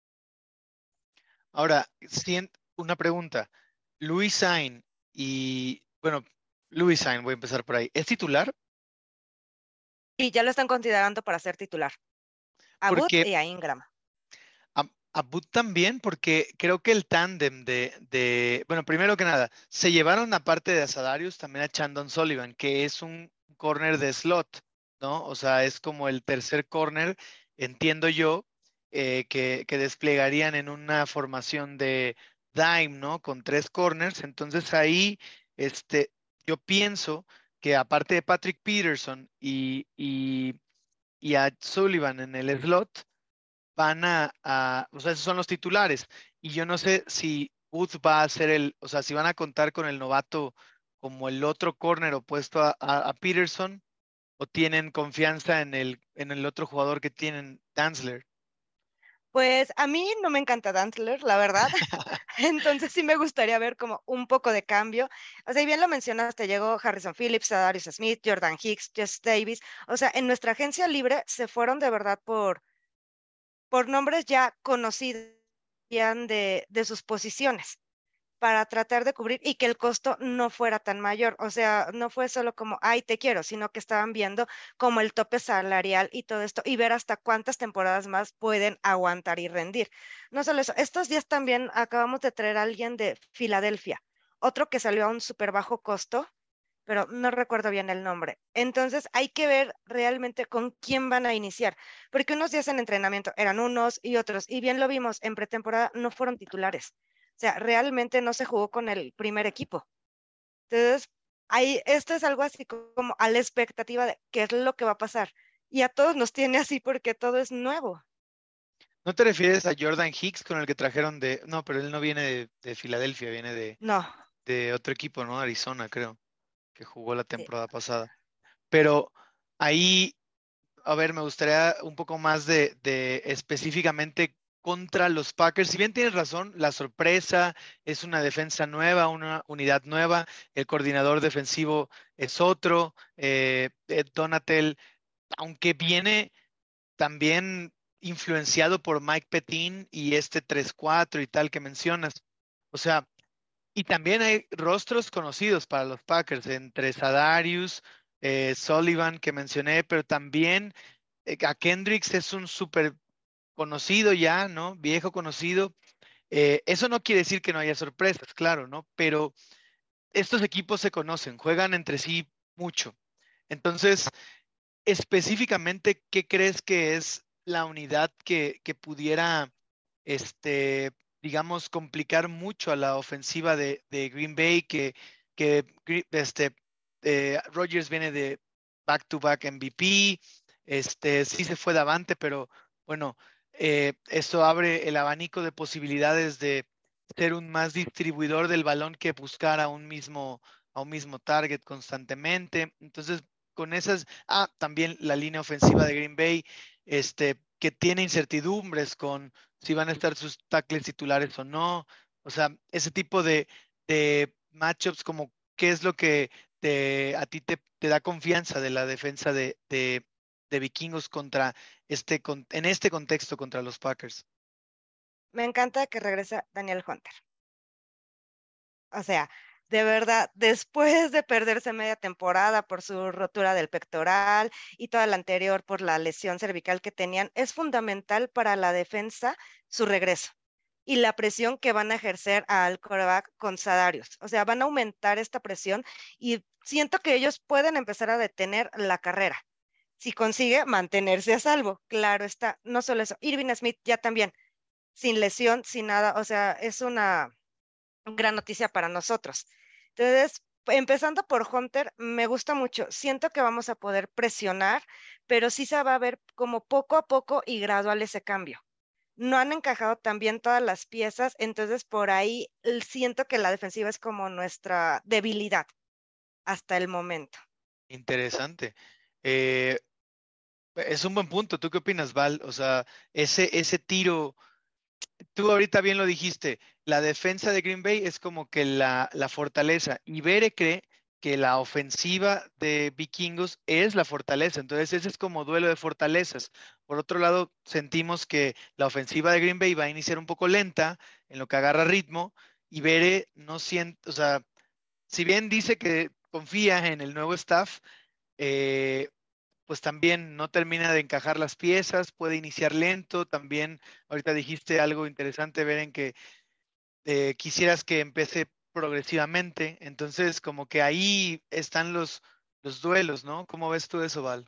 Ahora, sien- una pregunta. Louis Sain y, bueno, Louis Sain, voy a empezar por ahí. ¿Es titular? Y ya lo están considerando para ser titular, a Boot Porque y a Ingram. a, a Boot también, porque creo que el tándem de, de, bueno, primero que nada, se llevaron aparte de Asadarius también a Chandon Sullivan, que es un corner de slot, ¿no? O sea, es como el tercer corner, entiendo yo, eh, que, que desplegarían en una formación de dime, ¿no? Con tres corners. Entonces ahí, este, yo pienso que aparte de Patrick Peterson y, y, y a Sullivan en el slot, van a, a- o sea, esos son los titulares. Y yo no sé si Booth va a ser el, o sea, si van a contar con el novato como el otro corner opuesto a, a- a Peterson o tienen confianza en el, en el otro jugador que tienen, Dantzler. Pues a mí no me encanta Dantzler, la verdad. Entonces sí me gustaría ver como un poco de cambio. O sea, y bien lo mencionaste, llegó Harrison Phillips, Darius Smith, Jordan Hicks, Jess Davis. O sea, en nuestra agencia libre se fueron de verdad por, por nombres ya conocidos de, de sus posiciones para tratar de cubrir y que el costo no fuera tan mayor. O sea, no fue solo como, ay, te quiero, sino que estaban viendo como el tope salarial y todo esto y ver hasta cuántas temporadas más pueden aguantar y rendir. No solo eso, estos días también acabamos de traer a alguien de Filadelfia. otro que salió a un súper bajo costo, pero no recuerdo bien el nombre. Entonces hay que ver realmente con quién van a iniciar, porque unos días en entrenamiento eran unos y otros, y bien lo vimos, en pretemporada no fueron titulares. O sea, realmente no se jugó con el primer equipo. Entonces, ahí, esto es algo así como a la expectativa de qué es lo que va a pasar. Y a todos nos tiene así porque todo es nuevo. ¿No te refieres a Jordan Hicks con el que trajeron de... No, pero él no viene de, de Filadelfia, viene de, No, de otro equipo, ¿no? Arizona, creo, que jugó la sí. temporada pasada. Pero ahí, a ver, me gustaría un poco más de, de específicamente contra los Packers. Si bien tienes razón, la sorpresa es una defensa nueva, una unidad nueva, el coordinador defensivo es otro, eh, eh, Donatel, aunque viene también influenciado por Mike Petin y este tres cuatro y tal que mencionas. O sea, y también hay rostros conocidos para los Packers, entre Sadarius, eh, Sullivan que mencioné, pero también eh, a Kendricks es un súper conocido ya, ¿no? Viejo conocido. Eh, eso no quiere decir que no haya sorpresas, claro, ¿no? Pero estos equipos se conocen, juegan entre sí mucho. Entonces, específicamente, ¿qué crees que es la unidad que, que pudiera, este, digamos, complicar mucho a la ofensiva de, de Green Bay? Que, que Gre- este, eh, Rodgers viene de back-to-back M V P, este, sí se fue de avante, pero bueno, eh, eso abre el abanico de posibilidades de ser un más distribuidor del balón que buscar a un mismo, a un mismo target constantemente. Entonces, con esas, ah, también la línea ofensiva de Green Bay, este, que tiene incertidumbres con si van a estar sus tackles titulares o no. O sea, ese tipo de, de matchups, como qué es lo que te, a ti te, te da confianza de la defensa de, de, de Vikingos contra este, con- en este contexto contra los Packers. Me encanta que regresa Daniel Hunter. O sea, de verdad, después de perderse media temporada por su rotura del pectoral y toda la anterior por la lesión cervical que tenían, es fundamental para la defensa su regreso y la presión que van a ejercer al quarterback con Sadarius. O sea, van a aumentar esta presión y siento que ellos pueden empezar a detener la carrera. Si consigue mantenerse a salvo, claro está. No solo eso, Irving Smith ya también, sin lesión, sin nada. O sea, es una gran noticia para nosotros. Entonces, empezando por Hunter, me gusta mucho. Siento que vamos a poder presionar, pero sí se va a ver como poco a poco y gradual ese cambio. No han encajado también todas las piezas, entonces por ahí l- siento que la defensiva es como nuestra debilidad hasta el momento. Interesante. Eh, es un buen punto. ¿Tú qué opinas, Val? O sea, ese, ese tiro. Tú ahorita bien lo dijiste, la defensa de Green Bay es como que la, la fortaleza y Bere cree que la ofensiva de Vikingos es la fortaleza, entonces ese es como duelo de fortalezas. Por otro lado, sentimos que la ofensiva de Green Bay va a iniciar un poco lenta en lo que agarra ritmo y Bere no siente, o sea, si bien dice que confía en el nuevo staff, eh, pues también no termina de encajar las piezas, puede iniciar lento, también ahorita dijiste algo interesante, ver en que eh, quisieras que empiece progresivamente, entonces como que ahí están los, los duelos, ¿no? ¿Cómo ves tú eso, Val?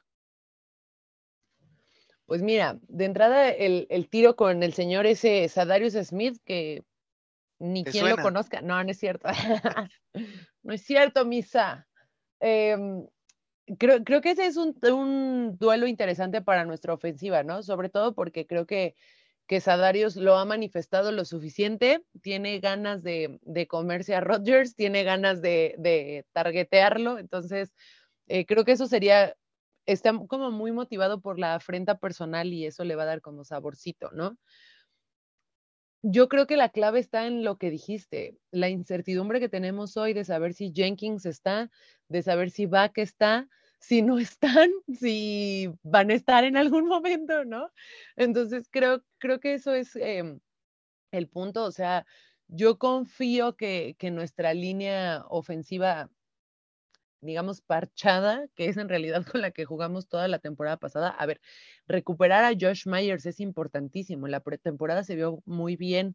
Pues mira, de entrada el, el tiro con el señor ese Sadarius Smith, que ni ¿Te quien lo suena? conozca. No, no es cierto. No es cierto, Misa. Em, creo, creo que ese es un, un duelo interesante para nuestra ofensiva, ¿no? Sobre todo porque creo que, que Sadarius lo ha manifestado lo suficiente, tiene ganas de, de comerse a Rodgers, tiene ganas de, de targetearlo, entonces eh, creo que eso sería, está como muy motivado por la afrenta personal y eso le va a dar como saborcito, ¿no? Yo creo que la clave está en lo que dijiste, la incertidumbre que tenemos hoy de saber si Jenkins está, de saber si Bach está, si no están, si van a estar en algún momento, ¿no? Entonces creo, creo que eso es eh, el punto, o sea, yo confío que, que nuestra línea ofensiva digamos, parchada, que es en realidad con la que jugamos toda la temporada pasada. A ver, recuperar a Josh Myers es importantísimo. La pretemporada se vio muy bien,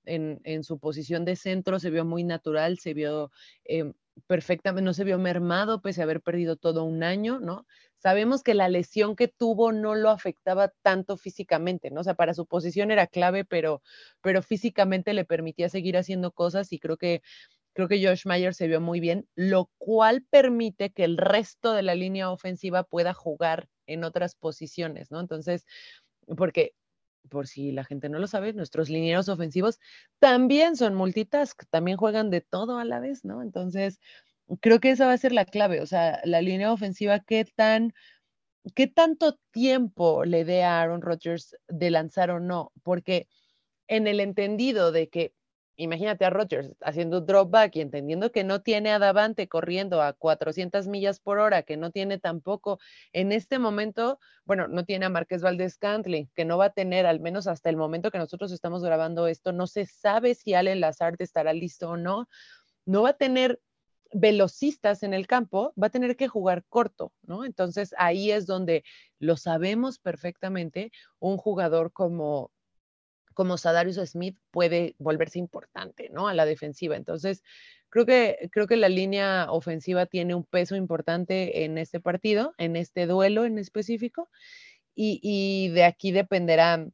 en, en su posición de centro, se vio muy natural, se vio eh, perfectamente, no se vio mermado pese a haber perdido todo un año, ¿no? Sabemos que la lesión que tuvo no lo afectaba tanto físicamente, ¿no? O sea, para su posición era clave, pero, pero físicamente le permitía seguir haciendo cosas y creo que, creo que Josh Myers se vio muy bien, lo cual permite que el resto de la línea ofensiva pueda jugar en otras posiciones, ¿no? Entonces, porque por si la gente no lo sabe, nuestros linieros ofensivos también son multitask, también juegan de todo a la vez, ¿no? Entonces, creo que esa va a ser la clave, o sea, la línea ofensiva, qué tan, qué tanto tiempo le dé a Aaron Rodgers de lanzar o no, porque en el entendido de que, imagínate a Rodgers haciendo un drop back y entendiendo que no tiene a Davante corriendo a cuatrocientas millas por hora, que no tiene tampoco en este momento, bueno, no tiene a Marqués Valdez Scantling, que no va a tener, al menos hasta el momento que nosotros estamos grabando esto, no se sabe si Allen Lazard estará listo o no, no va a tener velocistas en el campo, va a tener que jugar corto, ¿no? Entonces ahí es donde lo sabemos perfectamente, un jugador como como Zadarius Smith puede volverse importante, ¿no? A la defensiva. Entonces, creo que, creo que la línea ofensiva tiene un peso importante en este partido, en este duelo en específico, y, y de aquí dependerá,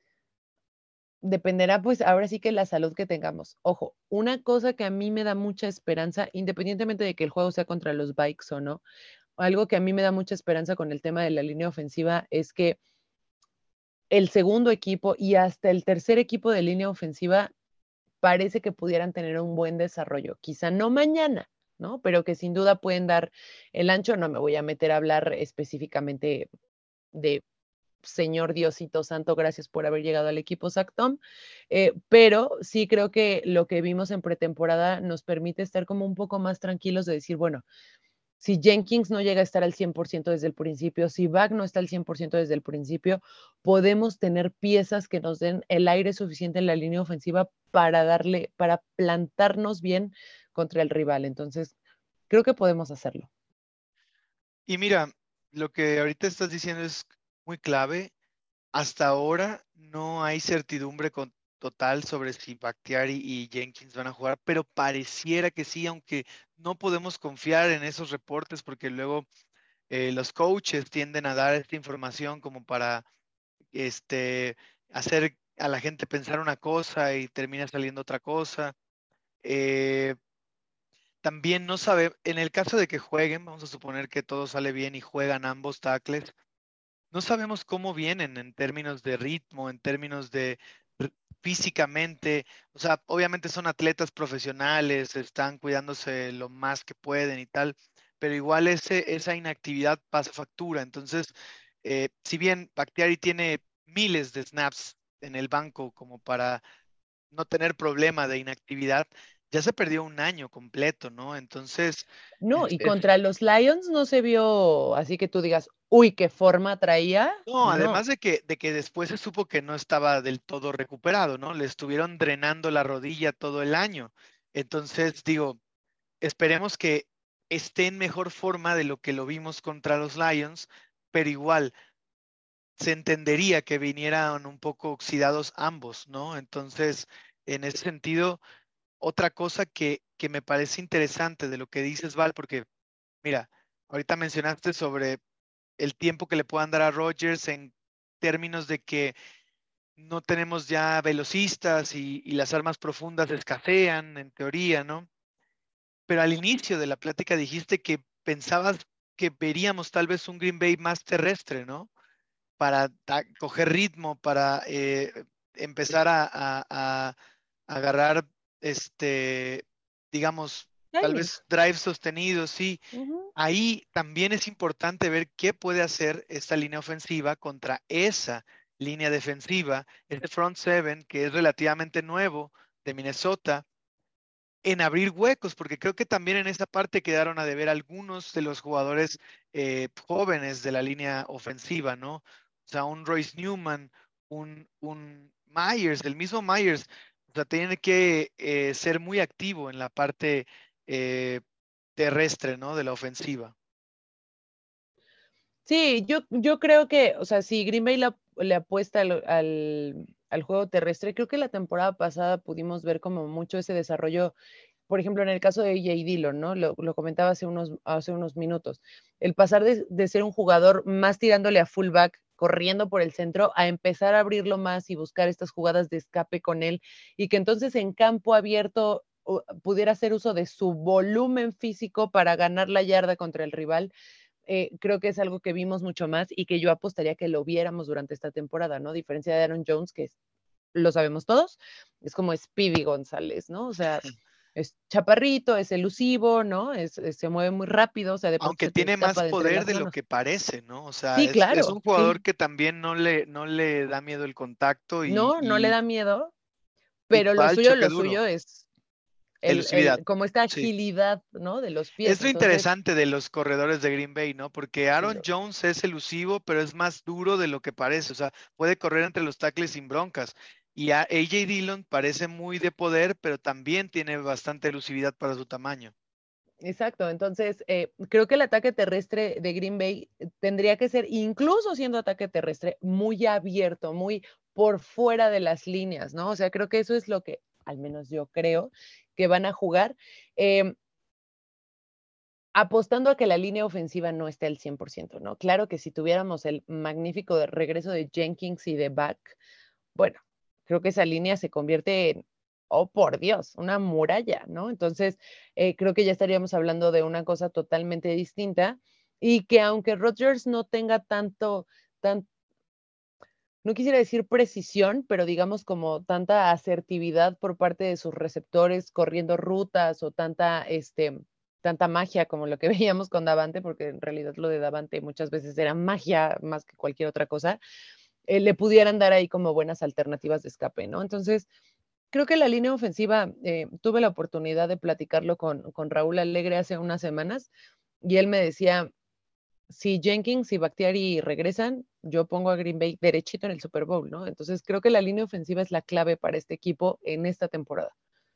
dependerá pues ahora sí que la salud que tengamos. Ojo, una cosa que a mí me da mucha esperanza, independientemente de que el juego sea contra los Vikes o no, algo que a mí me da mucha esperanza con el tema de la línea ofensiva es que el segundo equipo y hasta el tercer equipo de línea ofensiva parece que pudieran tener un buen desarrollo. Quizá no mañana, ¿no? Pero que sin duda pueden dar el ancho. No me voy a meter a hablar específicamente de Señor Diosito Santo, gracias por haber llegado al equipo Sactom, eh, pero sí creo que lo que vimos en pretemporada nos permite estar como un poco más tranquilos de decir, bueno, si Jenkins no llega a estar al cien por ciento desde el principio, si Bag no está al cien por ciento desde el principio, podemos tener piezas que nos den el aire suficiente en la línea ofensiva para darle, para plantarnos bien contra el rival. Entonces, creo que podemos hacerlo. Y mira, lo que ahorita estás diciendo es muy clave. Hasta ahora no hay certidumbre con- total sobre si Bakhtiari y Jenkins van a jugar, pero pareciera que sí, aunque no podemos confiar en esos reportes porque luego eh, los coaches tienden a dar esta información como para este, hacer a la gente pensar una cosa y termina saliendo otra cosa. Eh, También no sabe, en el caso de que jueguen, vamos a suponer que todo sale bien y juegan ambos tackles, no sabemos cómo vienen en términos de ritmo, en términos de r- físicamente. O sea, obviamente son atletas profesionales, están cuidándose lo más que pueden y tal, pero igual ese, esa inactividad pasa factura. Entonces, eh, si bien Bakhtiari tiene miles de snaps en el banco como para no tener problema de inactividad, ya se perdió un año completo, ¿no? Entonces, No, es, y es contra los Lions no se vio así que tú digas, uy, qué forma traía. No, No, además de que, de que después se supo que no estaba del todo recuperado, ¿no? Le estuvieron drenando la rodilla todo el año. Entonces, digo, esperemos que esté en mejor forma de lo que lo vimos contra los Lions, pero igual se entendería que vinieran un poco oxidados ambos, ¿no? Entonces, en ese sentido, otra cosa que, que me parece interesante de lo que dices, Val, porque, mira, ahorita mencionaste sobre el tiempo que le puedan dar a Rodgers en términos de que no tenemos ya velocistas y, y las armas profundas escasean, en teoría, ¿no? Pero al inicio de la plática dijiste que pensabas que veríamos tal vez un Green Bay más terrestre, ¿no? Para da- coger ritmo, para eh, empezar a, a- a agarrar, este, digamos, tal timing. vez drives sostenidos, sí. Ujú. Ahí también es importante ver qué puede hacer esta línea ofensiva contra esa línea defensiva, este front seven que es relativamente nuevo de Minnesota, en abrir huecos, porque creo que también en esa parte quedaron a deber algunos de los jugadores eh, jóvenes de la línea ofensiva, ¿no? O sea, un Royce Newman, un, un Myers, el mismo Myers, o sea, tiene que eh, ser muy activo en la parte eh, terrestre, ¿no? De la ofensiva. Sí, yo, yo creo que, o sea, si Green Bay la, le apuesta al, al, al juego terrestre. Creo que la temporada pasada pudimos ver como mucho ese desarrollo, por ejemplo, en el caso de A J Dillon, ¿no? Lo, lo comentaba hace unos, hace unos minutos. El pasar de, de ser un jugador más tirándole a fullback, corriendo por el centro, a empezar a abrirlo más y buscar estas jugadas de escape con él, y que entonces en campo abierto uh, pudiera hacer uso de su volumen físico para ganar la yarda contra el rival. Eh, creo que es algo que vimos mucho más y que yo apostaría que lo viéramos durante esta temporada, ¿no? A diferencia de Aaron Jones, que es, lo sabemos todos, es como Speedy González, ¿no? O sea, es chaparrito, es elusivo, ¿no? Es, es, se mueve muy rápido, o sea, de pronto Aunque se te tiene más escapa de entre poder las de lo manos. que parece, ¿no? O sea, Sí, es, es un claro, jugador sí. que también no le, no le da miedo el contacto y, No, no le y, da miedo, y pero lo va al suyo, choque lo duro. suyo es el, Elusividad, el, como esta sí. agilidad, ¿no? De los pies. Es lo Entonces, interesante de los corredores de Green Bay, ¿no? Porque sin Aaron duda. Jones es elusivo, pero es más duro de lo que parece. O sea, puede correr entre los tackles sin broncas. Y a A J Dillon parece muy de poder, pero también tiene bastante elusividad para su tamaño. Exacto, entonces eh, creo que el ataque terrestre de Green Bay tendría que ser, incluso siendo ataque terrestre, muy abierto, muy por fuera de las líneas, ¿no? O sea, creo que eso es lo que, al menos yo creo, que van a jugar, eh, apostando a que la línea ofensiva no esté al cien por ciento, ¿no? Claro que si tuviéramos el magnífico de regreso de Jenkins y de Back, bueno, creo que esa línea se convierte en, oh por Dios, una muralla, ¿no? Entonces, eh, creo que ya estaríamos hablando de una cosa totalmente distinta y que aunque Rodgers no tenga tanto, tan, no quisiera decir precisión, pero digamos como tanta asertividad por parte de sus receptores corriendo rutas o tanta, este, tanta magia como lo que veíamos con Davante, porque en realidad lo de Davante muchas veces era magia más que cualquier otra cosa, eh, le pudieran dar ahí como buenas alternativas de escape, ¿no? Entonces, creo que la línea ofensiva, eh, tuve la oportunidad de platicarlo con, con Raúl Alegre hace unas semanas y él me decía, si Jenkins y Bakhtiari regresan, yo pongo a Green Bay derechito en el Super Bowl, ¿no? Entonces creo que la línea ofensiva es la clave para este equipo en esta temporada.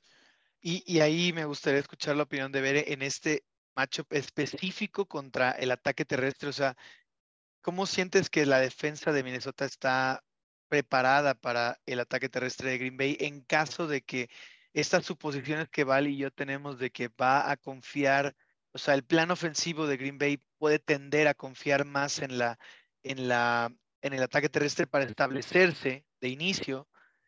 Y, y ahí me gustaría escuchar la opinión de Bere en este matchup específico contra el ataque terrestre. O sea, ¿cómo sientes que la defensa de Minnesota está preparada para el ataque terrestre de Green Bay en caso de que estas suposiciones que Val y yo tenemos de que va a confiar, o sea, el plan ofensivo de Green Bay puede tender a confiar más en la, en la, en el ataque terrestre para establecerse de inicio,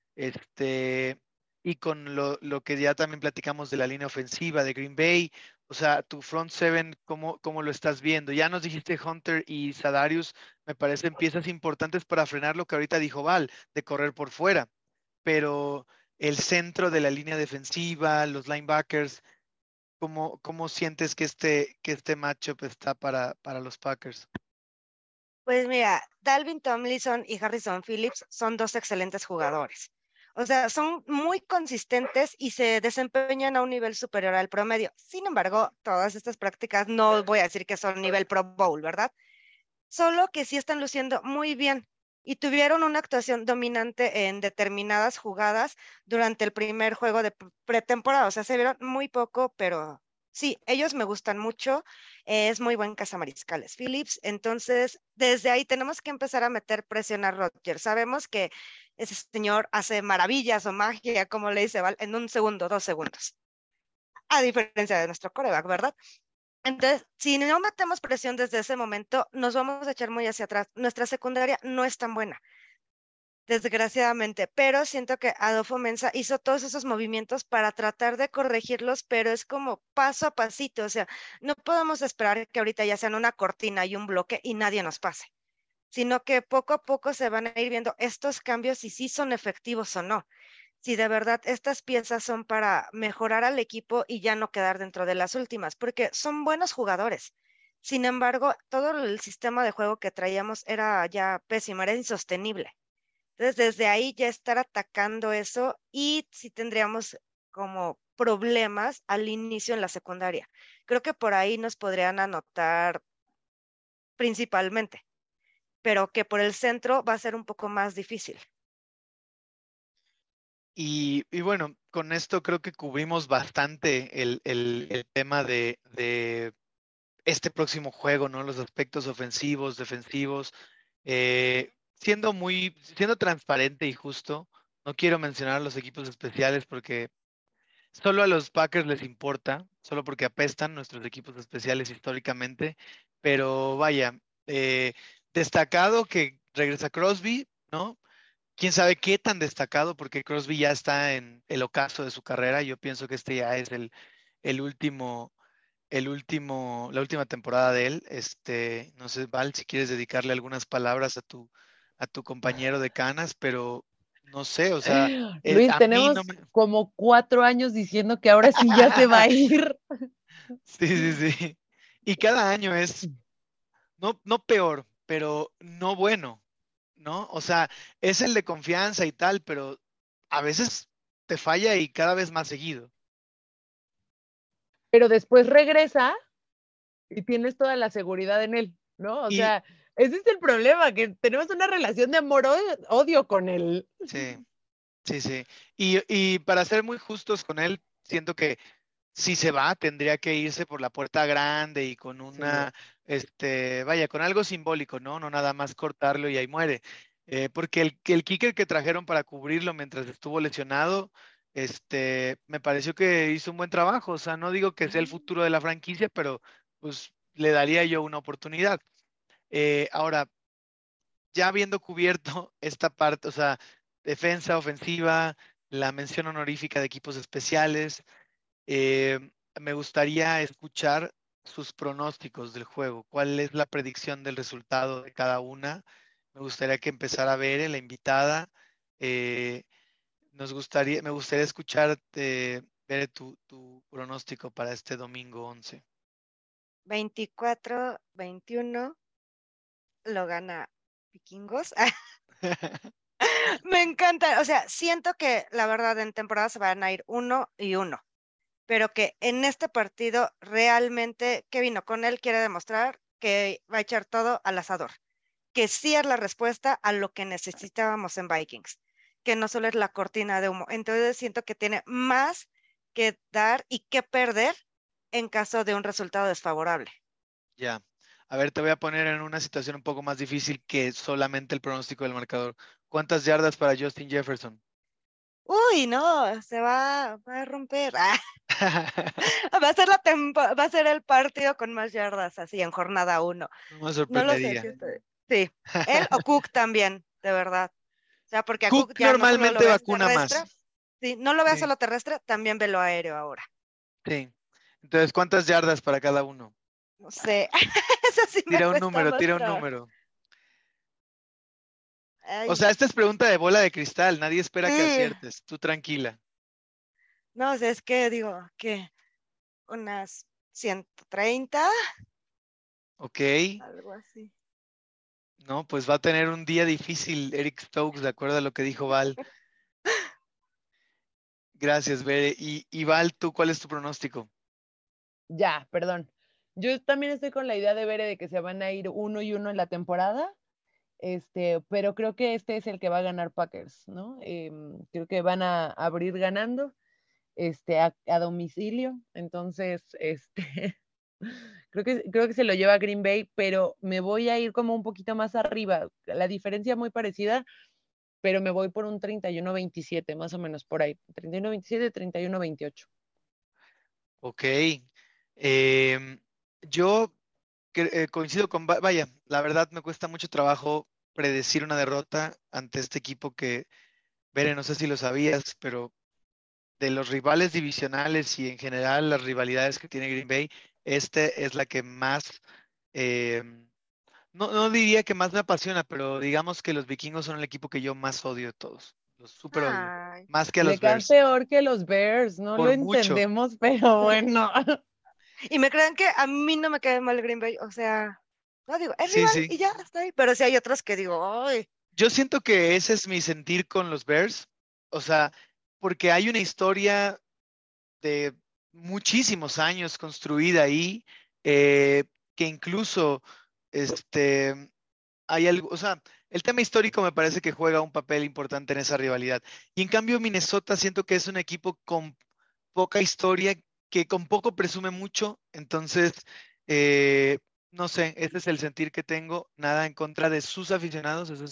este, y con lo, lo que ya también platicamos de la línea ofensiva de Green Bay, o sea, tu front seven, ¿cómo, cómo lo estás viendo? Ya nos dijiste Hunter y Sadarius, me parecen piezas importantes para frenar lo que ahorita dijo Val, de correr por fuera, pero el centro de la línea defensiva, los linebackers, ¿cómo, cómo sientes que este, que este matchup está para, para los Packers? Pues mira, Dalvin Tomlinson y Harrison Phillips son dos excelentes jugadores. O sea, son muy consistentes y se desempeñan a un nivel superior al promedio. Sin embargo, todas estas prácticas no voy a decir que son nivel Pro Bowl, ¿verdad? Solo que sí están luciendo muy bien y tuvieron una actuación dominante en determinadas jugadas durante el primer juego de p- pretemporada. O sea, se vieron muy poco, pero sí, ellos me gustan mucho. eh, Es muy buen cazamariscales, Phillips. Entonces, desde ahí tenemos que empezar a meter presión a Rodgers. Sabemos que ese señor hace maravillas o magia, como le dice Val, en un segundo, dos segundos. A diferencia de nuestro coreback, ¿verdad? Entonces, si no metemos presión desde ese momento, nos vamos a echar muy hacia atrás. Nuestra secundaria no es tan buena, desgraciadamente, pero siento que Adolfo Mensa hizo todos esos movimientos para tratar de corregirlos, pero es como paso a pasito, o sea, no podemos esperar que ahorita ya sean una cortina y un bloque y nadie nos pase, sino que poco a poco se van a ir viendo estos cambios y si son efectivos o no. Si de verdad estas piezas son para mejorar al equipo y ya no quedar dentro de las últimas, porque son buenos jugadores. Sin embargo, todo el sistema de juego que traíamos era ya pésimo, era insostenible. Entonces, desde ahí ya estar atacando eso y sí tendríamos como problemas al inicio en la secundaria. Creo que por ahí nos podrían anotar principalmente, pero que por el centro va a ser un poco más difícil. Y, y bueno, con esto creo que cubrimos bastante el, el- el tema de, de este próximo juego, ¿no? Los aspectos ofensivos, defensivos. Eh, siendo muy, siendo transparente y justo, no quiero mencionar los equipos especiales porque solo a los Packers les importa, solo porque apestan nuestros equipos especiales históricamente, pero vaya, eh, destacado que regresa Crosby, ¿no? Quién sabe qué tan destacado, porque Crosby ya está en el ocaso de su carrera. Yo pienso que este ya es el, el último, el último, la última temporada de él. Este, no sé, Val, si quieres dedicarle algunas palabras a tu, a tu compañero de canas, pero no sé, o sea, eh, Luis, a mí no tenemos me. como cuatro años diciendo que ahora sí ya se va a ir. Sí, sí, sí. Y cada año es, no, no peor, pero no bueno, ¿no? O sea, es el de confianza y tal, pero a veces te falla y cada vez más seguido. Pero después regresa y tienes toda la seguridad en él, ¿no? O Y sea, ese es el problema, que tenemos una relación de amor-odio con él. sí, sí, sí. Y, y para ser muy justos con él, siento que si se va, tendría que irse por la puerta grande y con Sí. una, este, vaya, con algo simbólico, ¿no? No nada más cortarlo y ahí muere. Eh, porque el, que el kicker que trajeron para cubrirlo mientras estuvo lesionado, este, me pareció que hizo un buen trabajo. O sea, no digo que sea el futuro de la franquicia, pero pues le daría yo una oportunidad. Eh, ahora, ya habiendo cubierto esta parte, o sea, defensa, ofensiva, la mención honorífica de equipos especiales, eh, me gustaría escuchar sus pronósticos del juego. ¿Cuál es la predicción del resultado de cada una? Me gustaría que empezara a ver la invitada. eh, nos gustaría, me gustaría escuchar, eh, ver tu, tu pronóstico para este domingo once. veinticuatro veintiuno lo gana Vikingos. Me encanta, o sea, siento que la verdad en temporada se van a ir uno y uno, pero que en este partido realmente Kevin O'Connell quiere demostrar que va a echar todo al asador, que sí es la respuesta a lo que necesitábamos en Vikings, que no solo es la cortina de humo. Entonces siento que tiene más que dar y que perder en caso de un resultado desfavorable. Ya. A ver, te voy a poner en una situación un poco más difícil que solamente el pronóstico del marcador. ¿Cuántas yardas para Justin Jefferson? Uy, no, se va, va a romper. Ah, va a ser la tempo- va a ser el partido con más yardas así en jornada uno. No me No lo sé sorprendería. si estoy- Sí, él o Cook también, de verdad. O sea, porque a Cook Cook ya no solo lo normalmente ves vacuna terrestre, más. sí, no lo ves Sí, solo terrestre, también velo aéreo ahora. sí. Entonces, ¿cuántas yardas para cada uno? No sé, eso sí me Tira un cuesta número, más tira un trabajo. número. O Ay, sea, esta es pregunta de bola de cristal. Nadie espera que sí, aciertes. Tú tranquila. no, o sea, es que digo que unas ciento treinta, Ok. algo así. No, pues va a tener un día difícil Eric Stokes, de acuerdo a lo que dijo Val. Gracias, Bere. Y, y Val, ¿tú cuál es tu pronóstico? Ya, perdón. Yo también estoy con la idea de ver de que se van a ir uno y uno en la temporada, este, pero creo que este es el que va a ganar Packers, ¿no? Em, creo que van a abrir ganando, este, a, a domicilio, entonces, este, creo que, creo que se lo lleva Green Bay, pero me voy a ir como un poquito más arriba. La diferencia muy parecida, pero me voy por un treinta y uno veintisiete, más o menos por ahí. treinta y uno veintisiete, treinta y uno veintiocho. Ok. Em, yo que- eh, coincido con, Va- vaya, la verdad me cuesta mucho trabajo predecir una derrota ante este equipo que, Bere, no sé si lo sabías, pero de los rivales divisionales y en general las rivalidades que tiene Green Bay, este es la que más, eh, no, no diría que más me apasiona, pero digamos que los vikingos son el equipo que yo más odio de todos. Los super odio. Ay, Más que a Le los caen Bears. peor que los Bears, no lo Por mucho. entendemos, pero bueno. y me crean que a mí no me cae mal Green Bay, o sea, no digo, es Sí, rival sí. y ya está ahí, pero sí hay otros que digo, ay, Yo siento que ese es mi sentir con los Bears. O sea, porque hay una historia de muchísimos años construida ahí, eh, que incluso este, hay algo, o sea, el tema histórico me parece que juega un papel importante en esa rivalidad. Y en cambio, Minnesota siento que es un equipo con poca historia, que con poco presume mucho, entonces, eh, no sé, ese es el sentir que tengo, nada en contra de sus aficionados, eso es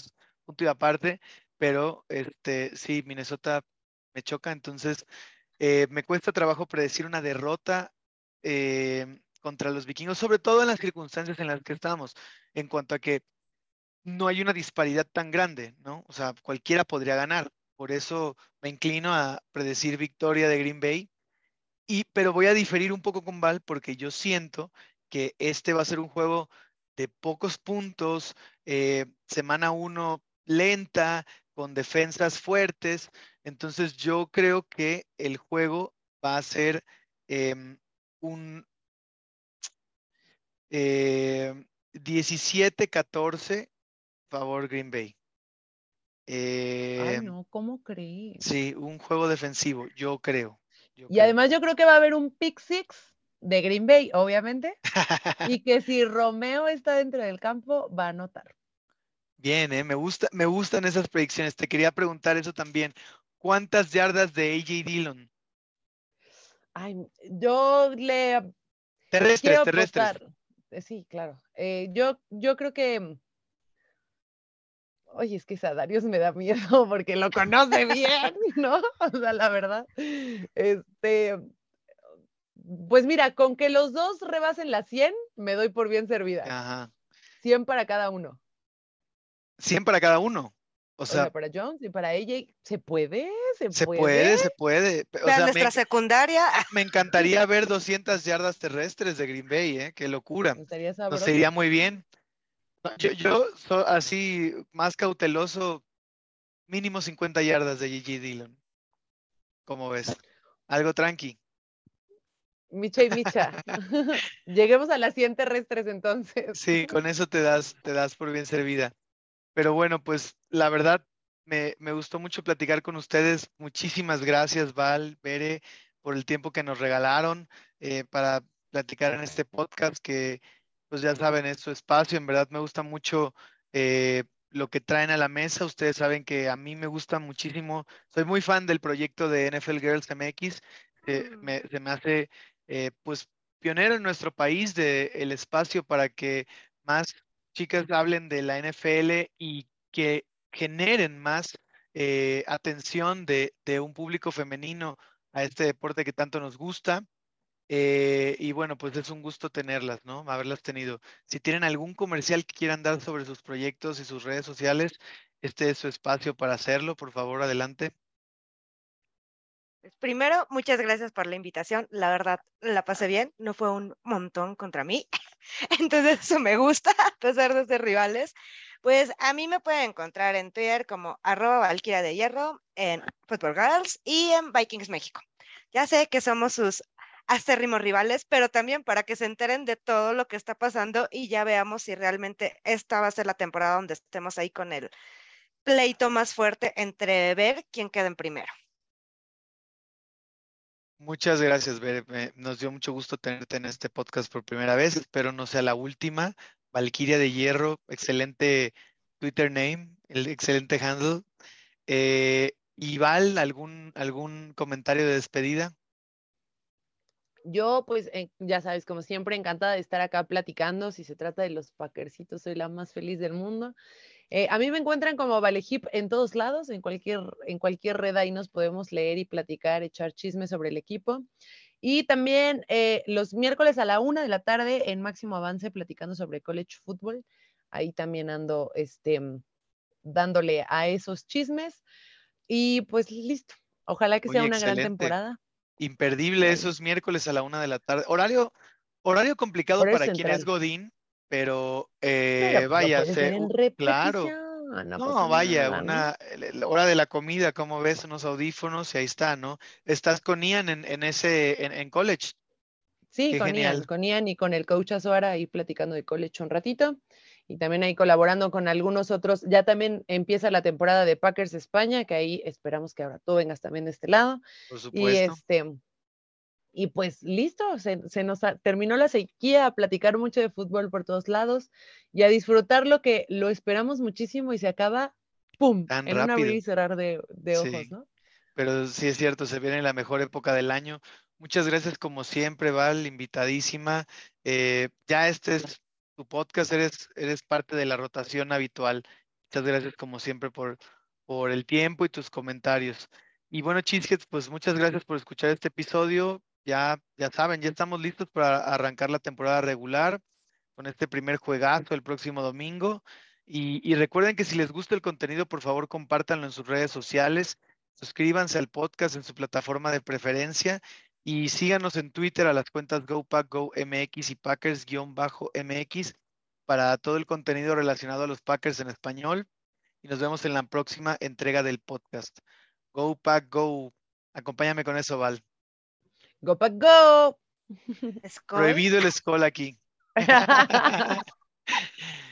punto y aparte, pero este, sí, Minnesota me choca, entonces eh, me cuesta trabajo predecir una derrota eh, contra los vikingos, sobre todo en las circunstancias en las que estamos, en cuanto a que no hay una disparidad tan grande, ¿no? O sea, cualquiera podría ganar. Por eso me inclino a predecir victoria de Green Bay. Y, pero voy a diferir un poco con Val porque yo siento que este va a ser un juego de pocos puntos, eh, semana uno lenta, con defensas fuertes. Entonces yo creo que el juego va a ser em, un eh, diecisiete catorce favor Green Bay. Ay, Eh, no, ¿cómo crees? sí, un juego defensivo, yo creo, yo Y creo. además yo creo que va a haber un pick six de Green Bay, obviamente, y que si Romeo está dentro del campo, va a anotar. Bien, eh, me gusta, me gustan esas predicciones. Te quería preguntar eso también. ¿Cuántas yardas de A J Dillon? Ay, yo le Terrestres, quiero terrestres. apostar. eh, Sí, claro. Eh, yo, yo creo que, oye, es que Sadarius me da miedo porque lo conoce bien, ¿no? O sea, la verdad. Este, pues mira, con que los dos rebasen las cien, me doy por bien servida. Ajá. Cien para cada uno. cien para cada uno. O O sea, sea, para Jones y para A J, ¿se puede? ¿Se se puede? puede, se puede. Pe- O Vean sea, me, nuestra enc- secundaria. me encantaría ver doscientas yardas terrestres de Green Bay, ¿eh? Qué locura. Estaría Nos iría sabroso. muy bien. No, Yo, yo soy así más cauteloso, mínimo cincuenta yardas de A J Dillon. ¿Cómo ves? Algo tranqui. Micha y Micha. Lleguemos a las cien terrestres entonces. Sí, con eso te das, te das por bien servida. Pero bueno, pues la verdad me, me gustó mucho platicar con ustedes. Muchísimas gracias, Val, Bere, por el tiempo que nos regalaron eh, para platicar en este podcast que, pues ya saben, es su espacio. En verdad me gusta mucho eh, lo que traen a la mesa. Ustedes saben que a mí me gusta muchísimo. Soy muy fan del proyecto de N F L Girls M X. eh, Mm. me- se me hace, eh, pues, pionero en nuestro país de el espacio para que más chicas hablen de la N F L y que generen más eh, atención de, de un público femenino a este deporte que tanto nos gusta. Eh, y bueno, pues es un gusto tenerlas, ¿no? Haberlas tenido. Si tienen algún comercial que quieran dar sobre sus proyectos y sus redes sociales, este es su espacio para hacerlo. Por favor, adelante. Pues, primero, muchas gracias por la invitación. La verdad, la pasé bien. No fue un montón contra mí. Entonces, eso me gusta, a pesar de ser rivales. Pues a mí me pueden encontrar en Twitter como arroba Valkyria de Hierro, en Football Girls y en Vikings México. Ya sé que somos sus acérrimos rivales, pero también para que se enteren de todo lo que está pasando y ya veamos si realmente esta va a ser la temporada donde estemos ahí con el pleito más fuerte entre ver quién queda en primero. Muchas gracias, Bere. Me- nos dio mucho gusto tenerte en este podcast por primera vez. Espero no sea la última. Valkyria de Hierro, excelente Twitter name, el excelente handle. Eh, y Val, ¿algún, algún comentario de despedida? Yo, pues, eh, ya sabes, como siempre, encantada de estar acá platicando. Si se trata de los Packercitos, soy la más feliz del mundo. Eh, a mí me encuentran como Valehip en todos lados, en cualquier, en cualquier red ahí nos podemos leer y platicar, echar chismes sobre el equipo. Y también eh, los miércoles a la una de la tarde en Máximo Avance platicando sobre college football. Ahí también ando este, dándole a esos chismes. Y pues listo. Ojalá que sea Oye, una gran excelente. temporada. Y Imperdible ahí, esos miércoles a la una de la tarde. Horario, horario complicado horario para quien es central. Godín, pero Pero eh, pues lo vaya, puedes ver se- en u- claro. repetición, no No, pasa vaya, nada, ¿no? una el- la hora de la comida, como ves unos audífonos y ahí está, ¿no? Estás con Ian en, en ese, en, en college. Sí, Qué con Ian, genial, con Ian y con el coach Azuara ahí platicando de college un ratito y también ahí colaborando con algunos otros. Ya también empieza la temporada de Packers España, que ahí esperamos que ahora tú vengas también de este lado. por Y supuesto. este, y pues listo, se, se nos ha- terminó la sequía a platicar mucho de fútbol por todos lados y a disfrutar lo que lo esperamos muchísimo y se acaba, ¡pum!, Tan en un abrir rápido. y cerrar de, de ojos, Sí. ¿no? Pero sí es cierto, se viene la mejor época del año. Muchas gracias como siempre, Val, invitadísima. Eh, ya este es tu podcast, eres, eres parte de la rotación habitual. Muchas gracias como siempre por, por el tiempo y tus comentarios. Y bueno, Cheeseheads, pues muchas gracias por escuchar este episodio. Ya, ya saben, ya estamos listos para arrancar la temporada regular con este primer juegazo el próximo domingo. Y, y recuerden que si les gusta el contenido, por favor, compártanlo en sus redes sociales, suscríbanse al podcast en su plataforma de preferencia y síganos en Twitter a las cuentas GoPackGoMX y Packers-M X para todo el contenido relacionado a los Packers en español. Y nos vemos en la próxima entrega del podcast. Go Pack Go. Acompáñame con eso, Val. Go Pack Go. Skol. Prohibido el Skol aquí.